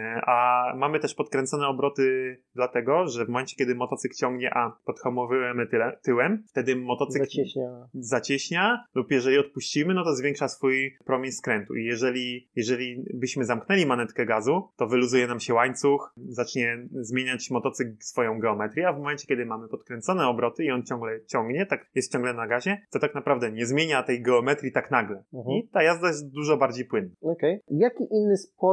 A mamy też podkręcone obroty dlatego, że w momencie, kiedy motocykl ciągnie, a podhamowujemy tyle, tyłem, wtedy motocykl zacieśnia. zacieśnia lub jeżeli odpuścimy, no to zwiększa swój promień skrętu. I jeżeli, jeżeli byśmy zamknęli manetkę gazu, to wyluzuje nam się łańcuch, zacznie zmieniać motocykl swoją geometrię, a w momencie, kiedy mamy podkręcone obroty i on ciągle ciągnie, tak jest ciągle na gazie, to tak naprawdę nie zmienia tej geometrii tak nagle. Uh-huh. I ta jazda jest dużo bardziej płynna. Okej. Okay. Jaki inny sport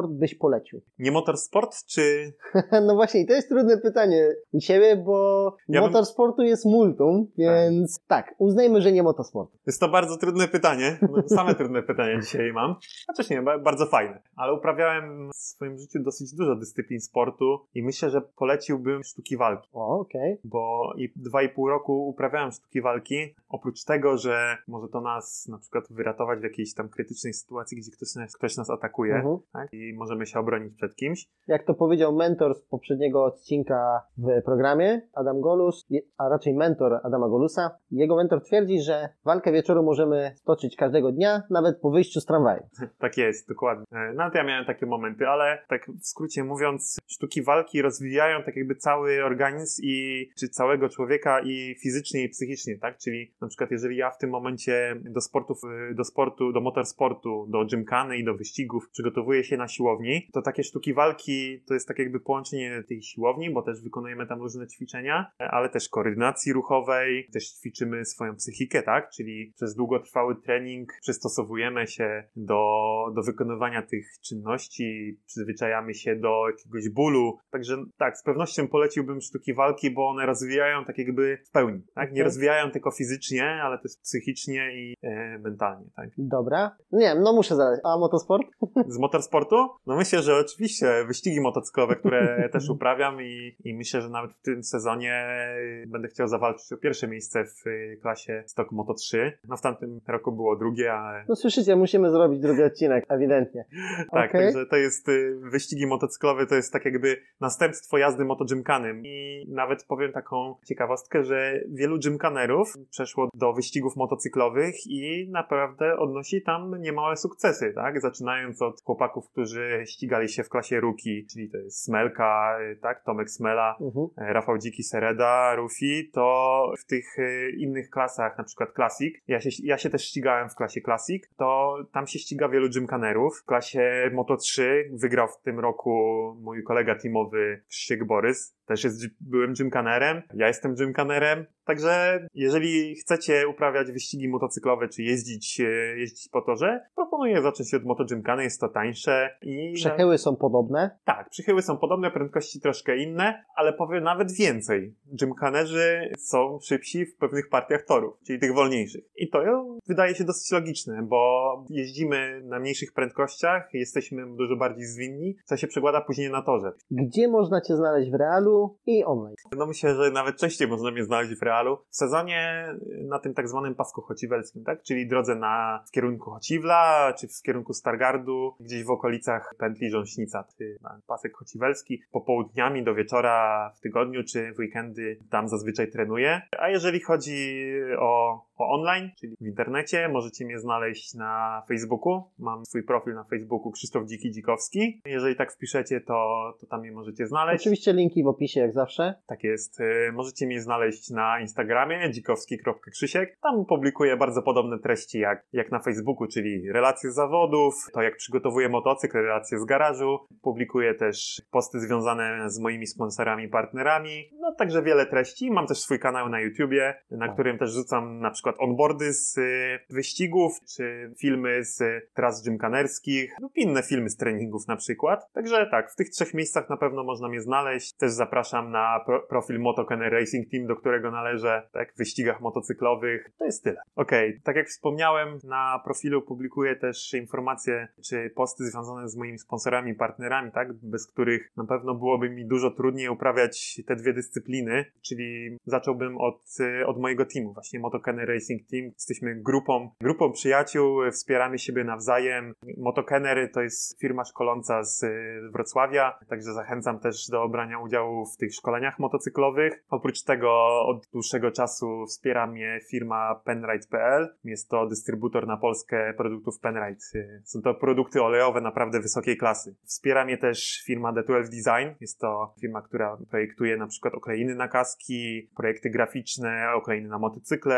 motorsport byś polecił? Nie motorsport, czy... No właśnie, to jest trudne pytanie u Ciebie, bo Ja bym- motorsportu jest multum, więc tak, uznajmy, że nie motorsport. Jest to bardzo trudne pytanie. No, same trudne pytania dzisiaj mam. Chociaż nie, ba- bardzo fajne. Ale uprawiałem w swoim życiu dosyć dużo dyscyplin sportu i myślę, że poleciłbym sztuki walki. O, okej. Bo i dwa i pół roku uprawiałem sztuki walki. Oprócz tego, że może to nas na przykład wyratować w jakiejś tam krytycznej sytuacji, gdzie ktoś nas, ktoś nas atakuje, Mhm. tak? I możemy się obronić przed kimś. Jak to powiedział mentor z poprzedniego odcinka w programie, Adam Golus, je- a raczej mentor Adama Golusa, jego mentor twierdzi, że walkę wieczoru możemy stoczyć każdego dnia, nawet po wyjściu z tramwaju. Tak jest, dokładnie. E, Nawet ja miałem takie momenty, ale tak w skrócie mówiąc, sztuki walki rozwijają tak jakby cały organizm i czy całego człowieka i fizycznie i psychicznie, tak? Czyli na przykład jeżeli ja w tym momencie do sportów, e, do sportu, do motorsportu, do gymkany i do wyścigów przygotowuję się na siłowni, to takie sztuki walki to jest tak jakby połączenie tej siłowni, bo też wykonujemy tam różne ćwiczenia, e, ale też koordynacji ruchowej, też ćwiczymy swoją psychikę, tak? Czyli przez długotrwały trening przystosowujemy się do, do wykonywania tych czynności, przyzwyczajamy się do jakiegoś bólu. Także tak, z pewnością poleciłbym sztuki walki, bo one rozwijają tak jakby w pełni, tak? Nie Okej. rozwijają tylko fizycznie, ale też psychicznie i e, mentalnie, tak? Dobra. Nie wiem, no muszę zadać. A motosport? Z motorsportu? No myślę, że oczywiście wyścigi motocyklowe, które też uprawiam i, i myślę, że nawet w tym sezonie będę chciał zawalczyć o pierwsze miejsce w y, klasie Stock Moto trzy. No w tamtym roku było drugie, ale No słyszycie, musimy zrobić drugi odcinek, ewidentnie. tak, Okej. także to jest y, wyścigi motocyklowe, to jest tak jakby następstwo jazdy motogymkanem. I nawet powiem taką ciekawostkę, że wielu gymkanerów przeszło do wyścigów motocyklowych i naprawdę odnosi tam niemałe sukcesy, tak? Zaczynając od chłopaków, którzy ścigali się w klasie Rookie, czyli to jest Smelka, y, tak? Tomek Smela, Mhm. e, Rafał Dziki Sereda, Rufi, to w tych e, innych klasach, na przykład Classic, ja się, ja się też ścigałem w klasie Classic, to tam się ściga wielu gymkanerów. W klasie Moto trzy wygrał w tym roku mój kolega teamowy Krzysiek Borys, też jest, byłem gymkanerem, ja jestem gymkanerem, także jeżeli chcecie uprawiać wyścigi motocyklowe, czy jeździć, e, jeździć po torze, proponuję zacząć od motogymkany, jest to tańsze i... Przechyły są podobne. Tak, przychyły są podobne, prędkości troszkę inne, ale powiem nawet więcej. Gymkanerzy są szybsi w pewnych partiach torów, czyli tych wolniejszych. I to wydaje się dosyć logiczne, bo jeździmy na mniejszych prędkościach, jesteśmy dużo bardziej zwinni, co się przekłada później na torze. Gdzie można Cię znaleźć w realu i online? No myślę, że nawet częściej można mnie znaleźć w realu. W sezonie na tym tak zwanym pasku chociwelskim, tak? Czyli drodze na, w kierunku Chociwla, czy w kierunku Stargardu, gdzieś w okolicach pętli Rząśnica. Pasek chociwelski popołudniami do wieczora w tygodniu, czy w weekendy tam zazwyczaj trenuję. A jeżeli chodzi o, o online, czyli w internecie, możecie mnie znaleźć na Facebooku. Mam swój profil na Facebooku Krzysztof Dziki Dzikowski. Jeżeli tak wpiszecie, to, to tam mnie możecie znaleźć. Oczywiście linki w opisie, jak zawsze. Tak jest. Y, Możecie mnie znaleźć na Instagramie dzikowski kropka krzysiek. Tam publikuję bardzo podobne treści jak, jak na Facebooku, czyli relacje z zawodów, to jak przygotowuję motocykl, relacje z garażu. Publikuję też posty związane z moimi sponsorami, partnerami. No także wiele treści. Mam też swój kanał na YouTubie, na którym też rzucam na przykład onboardy z y, wyścigów, czy filmy z tras gymkanerskich lub inne filmy z treningów na przykład. Także tak, w tych trzech miejscach na pewno można mnie znaleźć. Też zapraszam na pro, profil Motokenner Racing Team, do którego należę, tak, w wyścigach motocyklowych. To jest tyle. Okej, okay. Tak jak wspomniałem, na profilu publikuję też informacje, czy posty związane z moimi sponsorami, partnerami, tak, bez których na pewno byłoby mi dużo trudniej uprawiać te dwie dyscypliny, czyli zacząłbym od, od mojego teamu, właśnie Motokenner Racing Team. Jesteśmy grupą, grupą przyjaciół, wspieramy siebie nawzajem. Motokenner to jest firma szkoląca z Wrocławia, także zachęcam też do brania udziału w tych szkoleniach motocyklowych. Oprócz tego od dłuższego czasu wspiera mnie firma Penrite kropka p l. Jest to dystrybutor na Polskę produktów Penrite. Są to produkty olejowe naprawdę wysokiej klasy. Wspiera mnie też firma D dwanaście Design. Jest to firma, która projektuje na przykład okleiny na kaski, projekty graficzne, okleiny na motocykle. Tomek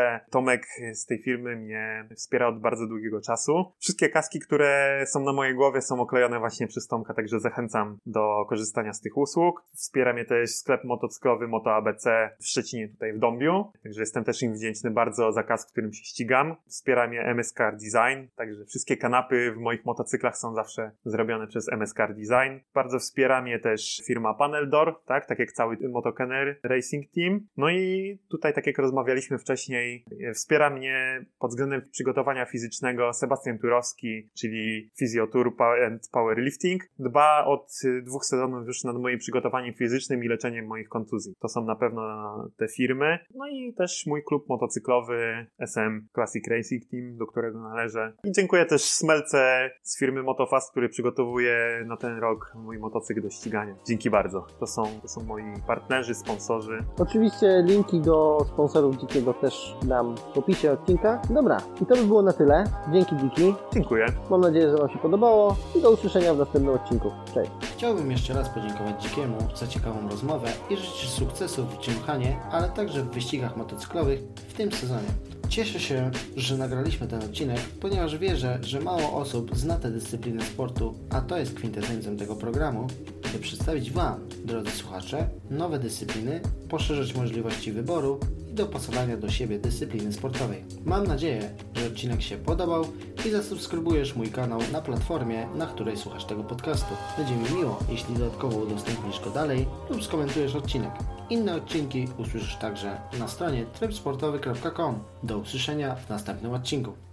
Tomek z tej firmy mnie wspiera od bardzo długiego czasu. Wszystkie kaski, które są na mojej głowie, są oklejone właśnie przez Tomka, także zachęcam do korzystania z tych usług. Wspiera mnie też sklep motocyklowy Moto A B C w Szczecinie, tutaj w Dąbiu, także jestem też im wdzięczny bardzo za kask, w którym się ścigam. Wspiera mnie M S Car Design, także wszystkie kanapy w moich motocyklach są zawsze zrobione przez M S Car Design. Bardzo wspiera mnie też firma Panel Door, tak, tak jak cały Motokenner Racing Team. No i tutaj, tak jak rozmawialiśmy wcześniej, wspiera mnie pod względem przygotowania fizycznego Sebastian Turowski, czyli Physiotour and Powerlifting. Dba od dwóch sezonów już nad moim przygotowaniem fizycznym i leczeniem moich kontuzji. To są na pewno te firmy. No i też mój klub motocyklowy S M Classic Racing Team, do którego należę. I dziękuję też Smelce z firmy Motofast, który przygotowuje na ten rok mój motocykl do ścigania. Dzięki bardzo. To są, to są moi partnerzy, sponsorzy. Oczywiście linki do sponsorów Dzikiego też dam w opisie odcinka. Dobra, i to by było na tyle. Dzięki Dziki. Dziękuję. Mam nadzieję, że Wam się podobało i do usłyszenia w następnym odcinku. Cześć. Chciałbym jeszcze raz podziękować Dzikiemu za ciekawą rozmowę i życzyć sukcesów w gymkhanie, ale także w wyścigach motocyklowych w tym sezonie. Cieszę się, że nagraliśmy ten odcinek, ponieważ wierzę, że mało osób zna tę dyscyplinę sportu, a to jest kwintesencją tego programu, by przedstawić Wam, drodzy słuchacze, nowe dyscypliny, poszerzyć możliwości wyboru i dopasowania do siebie dyscypliny sportowej. Mam nadzieję, że odcinek się podobał i zasubskrybujesz mój kanał na platformie, na której słuchasz tego podcastu. Będzie mi miło, jeśli dodatkowo udostępnisz go dalej lub skomentujesz odcinek. Inne odcinki usłyszysz także na stronie tryb sportowy kropka com. Do usłyszenia w następnym odcinku.